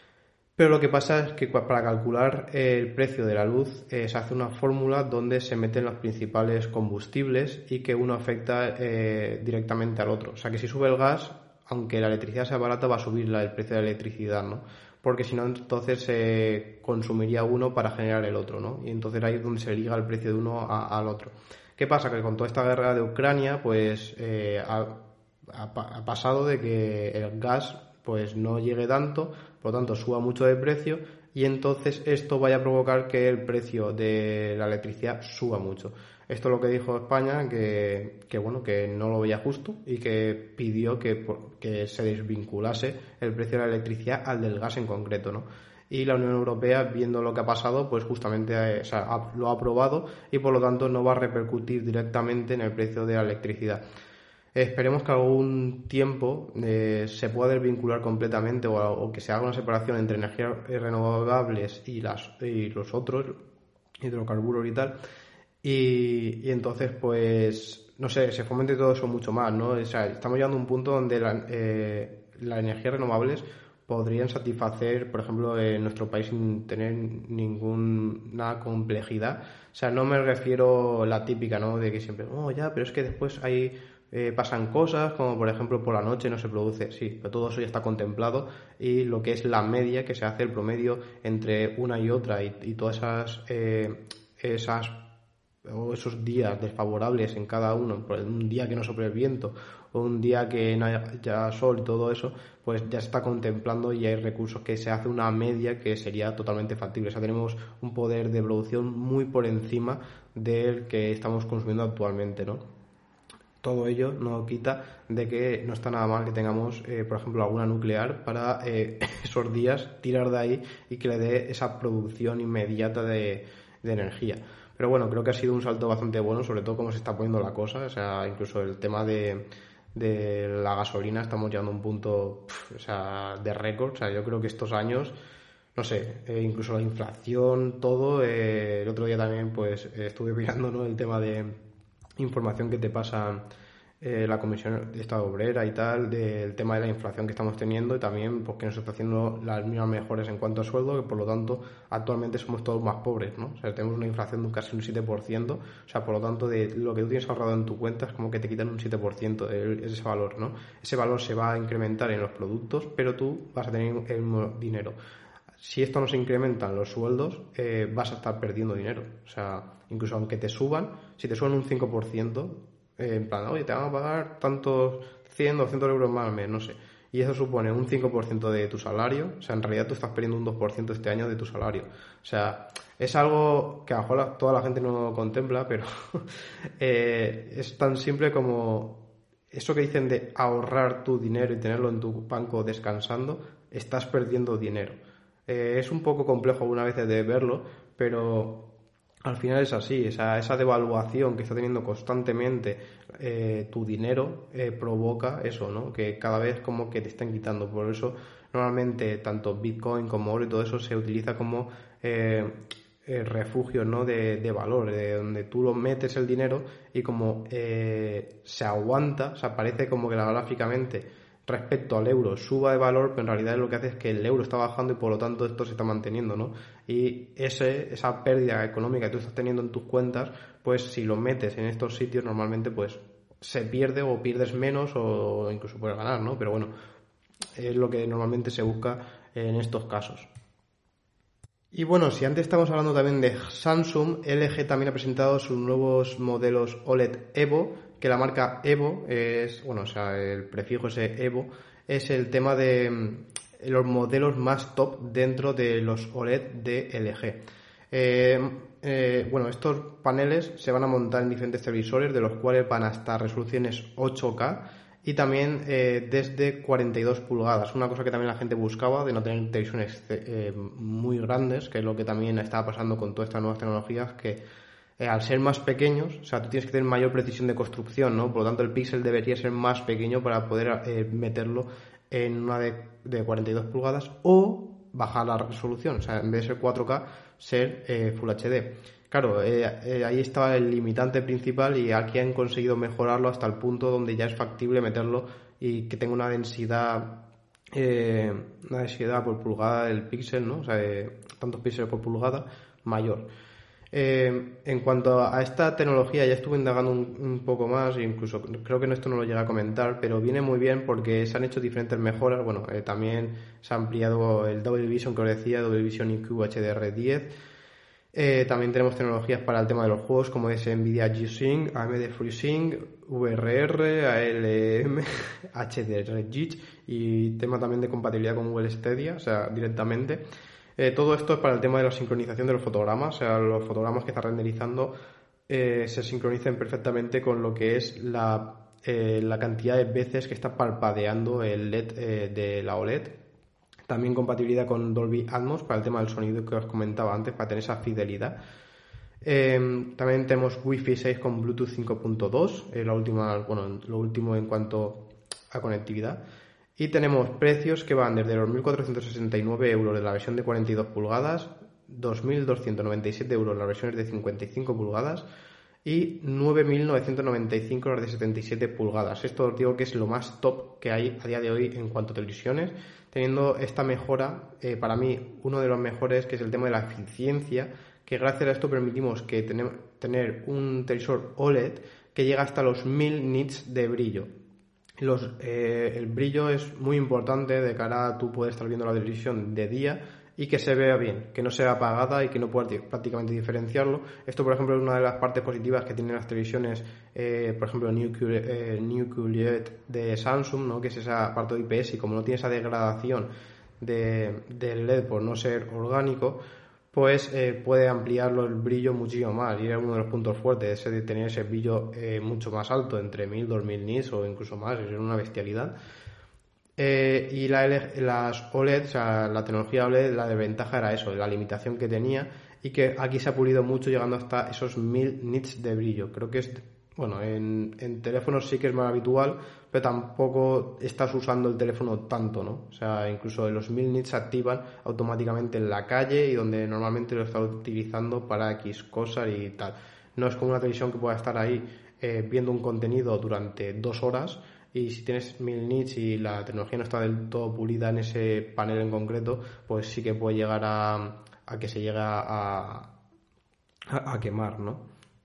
Speaker 1: Pero lo que pasa es que para calcular el precio de la luz eh, se hace una fórmula donde se meten los principales combustibles y que uno afecta eh, directamente al otro. O sea que si sube el gas, aunque la electricidad sea barata, va a subir la, el precio de la electricidad, ¿no? Porque si no, entonces se eh, consumiría uno para generar el otro, ¿no? Y entonces ahí es donde se liga el precio de uno a, al otro. ¿Qué pasa? Que con toda esta guerra de Ucrania, pues eh, ha, ha, ha pasado de que el gas pues no llegue tanto, por lo tanto suba mucho de precio y entonces esto vaya a provocar que el precio de la electricidad suba mucho. Esto es lo que dijo España, que, que bueno, que no lo veía justo y que pidió que, que se desvinculase el precio de la electricidad al del gas en concreto, ¿no? Y la Unión Europea, viendo lo que ha pasado, pues justamente eh, o sea, ha, lo ha aprobado y por lo tanto no va a repercutir directamente en el precio de la electricidad. Esperemos que algún tiempo eh, se pueda desvincular completamente o, o que se haga una separación entre energías renovables y, las, y los otros, hidrocarburos y tal, y, y entonces pues, no sé, se fomente todo eso mucho más, ¿no? O sea, estamos llegando a un punto donde la, eh, las energías renovables podrían satisfacer, por ejemplo, en nuestro país sin tener ninguna complejidad. O sea, no me refiero a la típica, ¿no? De que siempre, oh, ya, pero es que después hay... Eh, pasan cosas como por ejemplo por la noche no se produce, sí, pero todo eso ya está contemplado y lo que es la media que se hace, el promedio entre una y otra y, y todas esas eh, esas o esos días desfavorables en cada uno, por un día que no sople el viento o un día que no haya sol y todo eso, pues ya se está contemplando y hay recursos que se hace una media que sería totalmente factible. O sea, tenemos un poder de producción muy por encima del que estamos consumiendo actualmente, ¿no? Todo ello no quita de que no está nada mal que tengamos, eh, por ejemplo, alguna nuclear para eh, esos días tirar de ahí y que le dé esa producción inmediata de, de energía. Pero bueno, creo que ha sido un salto bastante bueno, sobre todo cómo se está poniendo la cosa. O sea, incluso el tema de, de la gasolina, estamos llegando a un punto pff, o sea, de récord. O sea, yo creo que estos años, no sé, eh, incluso la inflación, todo. Eh, el otro día también pues eh, estuve mirando, ¿no?, el tema de información que te pasa eh, la Comisión de Estado Obrera y tal, del tema de la inflación que estamos teniendo y también porque nos está haciendo las mismas mejoras en cuanto a sueldo, que por lo tanto actualmente somos todos más pobres, ¿no? O sea, tenemos una inflación de casi un siete por ciento, o sea, por lo tanto de lo que tú tienes ahorrado en tu cuenta es como que te quitan un siete por ciento de ese valor, ¿no? Ese valor se va a incrementar en los productos, pero tú vas a tener el mismo dinero. Si esto no se incrementan los sueldos, eh, vas a estar perdiendo dinero. O sea, incluso aunque te suban, si te suben un cinco por ciento, eh, en plan, oye, te van a pagar tantos cien, doscientos euros más al mes, no sé. Y eso supone un cinco por ciento de tu salario. O sea, en realidad tú estás perdiendo un dos por ciento este año de tu salario. O sea, es algo que a lo mejor la, toda la gente no contempla, pero eh, es tan simple como eso que dicen de ahorrar tu dinero y tenerlo en tu banco descansando, estás perdiendo dinero. Eh, es un poco complejo algunas veces de verlo, pero al final es así. Esa, esa devaluación que está teniendo constantemente eh, tu dinero eh, provoca eso, ¿no? Que cada vez como que te están quitando. Por eso normalmente tanto Bitcoin como oro y todo eso se utiliza como eh, eh, refugio, ¿no?, de, de valor, de donde tú lo metes el dinero y como eh, se aguanta, o sea, parece como que la gráficamente respecto al euro suba de valor, pero en realidad lo que hace es que el euro está bajando y por lo tanto esto se está manteniendo, ¿no? Y ese, esa pérdida económica que tú estás teniendo en tus cuentas, pues si lo metes en estos sitios normalmente pues se pierde o pierdes menos o incluso puedes ganar, ¿no? Pero bueno, es lo que normalmente se busca en estos casos. Y bueno, si antes estamos hablando también de Samsung, L G también ha presentado sus nuevos modelos O L E D Evo, que la marca Evo es, bueno, o sea, el prefijo ese Evo es el tema de los modelos más top dentro de los O L E D de L G. Eh, eh, bueno, estos paneles se van a montar en diferentes televisores, de los cuales van hasta resoluciones ocho K y también eh, desde cuarenta y dos pulgadas, una cosa que también la gente buscaba, de no tener televisiones eh, muy grandes, que es lo que también estaba pasando con todas estas nuevas tecnologías, que eh, al ser más pequeños, o sea, tú tienes que tener mayor precisión de construcción, ¿no? Por lo tanto, el píxel debería ser más pequeño para poder eh, meterlo en una de, de cuarenta y dos pulgadas o bajar la resolución, o sea, en vez de ser cuatro K, ser eh, Full H D. Claro, eh, eh, ahí estaba el limitante principal y aquí han conseguido mejorarlo hasta el punto donde ya es factible meterlo y que tenga una densidad eh, una densidad por pulgada del píxel, ¿no? O sea, eh, tantos píxeles por pulgada mayor. Eh, en cuanto a esta tecnología ya estuve indagando un, un poco más e incluso creo que esto no lo llega a comentar, pero viene muy bien porque se han hecho diferentes mejoras. Bueno, eh, también se ha ampliado el Double Vision que os decía, Double Vision I Q H D R diez. Eh, también tenemos tecnologías para el tema de los juegos como es Nvidia G-Sync, A M D FreeSync, V R R, A L M, H D R G y tema también de compatibilidad con Google Stadia, o sea, directamente. Eh, todo esto es para el tema de la sincronización de los fotogramas, o sea, los fotogramas que está renderizando eh, se sincronicen perfectamente con lo que es la, eh, la cantidad de veces que está parpadeando el L E D eh, de la O L E D. También compatibilidad con Dolby Atmos para el tema del sonido que os comentaba antes, para tener esa fidelidad. Eh, también tenemos Wi-Fi seis con Bluetooth cinco punto dos, eh, la última, bueno, lo último en cuanto a conectividad. Y tenemos precios que van desde los mil cuatrocientos sesenta y nueve euros de la versión de cuarenta y dos pulgadas, dos mil doscientos noventa y siete euros las versiones de cincuenta y cinco pulgadas y nueve mil novecientos noventa y cinco las de setenta y siete pulgadas. Esto os digo que es lo más top que hay a día de hoy en cuanto a televisiones, teniendo esta mejora, eh, para mí uno de los mejores, que es el tema de la eficiencia, que gracias a esto permitimos que tenemos, tener un televisor O L E D que llega hasta los mil nits de brillo. Los, eh, el brillo es muy importante de cara a tú poder estar viendo la televisión de día y que se vea bien, que no sea apagada y que no puedas prácticamente diferenciarlo. Esto, por ejemplo, es una de las partes positivas que tienen las televisiones, eh, por ejemplo, New Q L E D, eh, New Q L E D de Samsung, ¿no? Que es esa parte de I P S, y como no tiene esa degradación de, del L E D por no ser orgánico, pues eh, puede ampliarlo el brillo muchísimo más, y es uno de los puntos fuertes, ese de tener ese brillo eh, mucho más alto, entre mil, dos mil nits o incluso más, es una bestialidad. Eh, y la, las O L E D, o sea, la tecnología O L E D, la desventaja era eso, la limitación que tenía, y que aquí se ha pulido mucho llegando hasta esos mil nits de brillo. Creo que es, bueno, en, en teléfonos sí que es más habitual, pero tampoco estás usando el teléfono tanto, ¿no? O sea, incluso los mil nits se activan automáticamente en la calle y donde normalmente lo estás utilizando para X cosas y tal. No es como una televisión que pueda estar ahí eh, viendo un contenido durante dos horas, y si tienes mil nits y la tecnología no está del todo pulida en ese panel en concreto, pues sí que puede llegar a, a que se llegue a, a, a quemar, ¿no?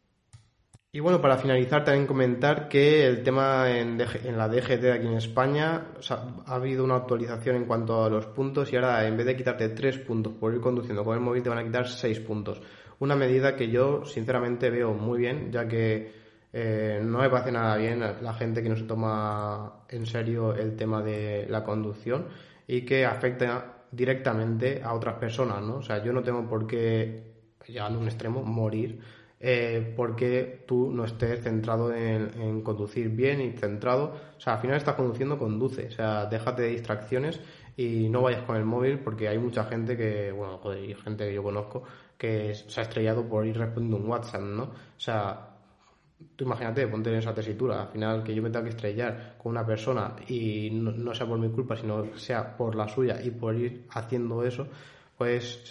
Speaker 1: Y bueno, para finalizar también comentar que el tema en, D G, en la D G T aquí en España, o sea, ha habido una actualización en cuanto a los puntos, y ahora en vez de quitarte tres puntos por ir conduciendo con el móvil te van a quitar seis puntos. Una medida que yo sinceramente veo muy bien, ya que Eh, no me parece nada bien la gente que no se toma en serio el tema de la conducción y que afecta directamente a otras personas, ¿no? O sea, yo no tengo por qué, llegando a un extremo, morir eh, porque tú no estés centrado en, en conducir bien y centrado. O sea, al final estás conduciendo, conduce. O sea, déjate de distracciones y no vayas con el móvil, porque hay mucha gente que, bueno, joder, y gente que yo conozco que se ha estrellado por ir respondiendo un WhatsApp, ¿no? O sea, tú imagínate, ponte en esa tesitura, al final que yo me tenga que estrellar con una persona y no, no sea por mi culpa, sino sea por la suya, y por ir haciendo eso, pues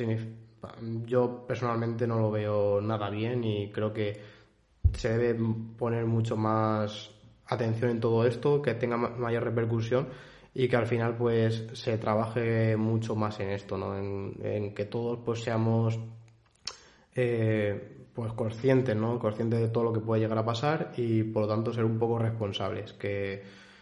Speaker 1: yo personalmente no lo veo nada bien, y creo que se debe poner mucho más atención en todo esto, que tenga mayor repercusión y que al final pues se trabaje mucho más en esto, ¿no? En, en que todos pues seamos eh, pues conscientes, ¿no? Conscientes de todo lo que puede llegar a pasar, y por lo tanto ser un poco responsables, que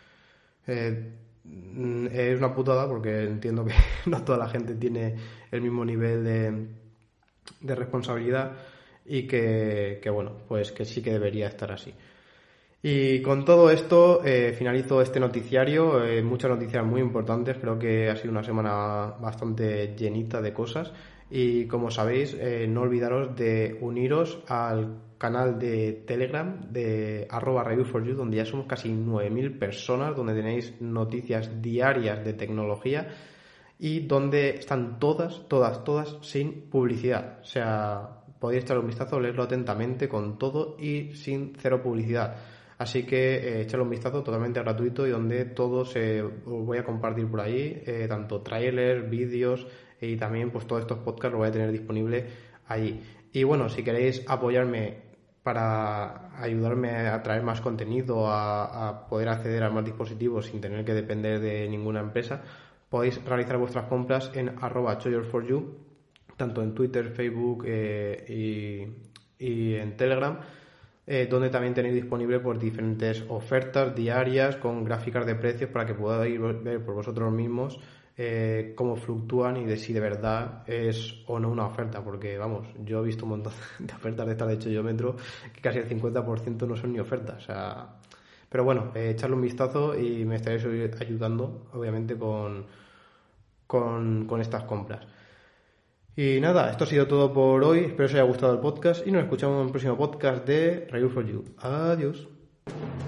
Speaker 1: eh, es una putada porque entiendo que no toda la gente tiene el mismo nivel de, de responsabilidad, y que, que bueno, pues que sí que debería estar así. Y con todo esto eh, finalizo este noticiario, eh, muchas noticias muy importantes, creo que ha sido una semana bastante llenita de cosas, y como sabéis, eh, no olvidaros de uniros al canal de Telegram de arroba review for you, donde ya somos casi nueve mil personas, donde tenéis noticias diarias de tecnología y donde están todas, todas, todas sin publicidad. O sea, podéis echar un vistazo, leerlo atentamente con todo y sin cero publicidad. Así que eh, echadle un vistazo, totalmente gratuito, y donde todo se os voy a compartir por ahí, eh, tanto trailers, vídeos, y también pues todos estos podcasts los voy a tener disponibles allí. Y bueno, si queréis apoyarme para ayudarme a traer más contenido, a, a poder acceder a más dispositivos sin tener que depender de ninguna empresa, podéis realizar vuestras compras en arroba choice for you, tanto en Twitter, Facebook eh, y, y en Telegram, eh, donde también tenéis disponible pues diferentes ofertas diarias con gráficas de precios para que podáis ver por vosotros mismos eh, cómo fluctúan y de si de verdad es o no una oferta, porque vamos, yo he visto un montón de ofertas de estas de Choyómetro que casi el cincuenta por ciento no son ni ofertas. O sea, Pero bueno, eh, echarle un vistazo y me estaréis ayudando, obviamente, con, con, con estas compras. Y nada, esto ha sido todo por hoy. Espero os haya gustado el podcast y nos escuchamos en el próximo podcast de Review for You. Adiós.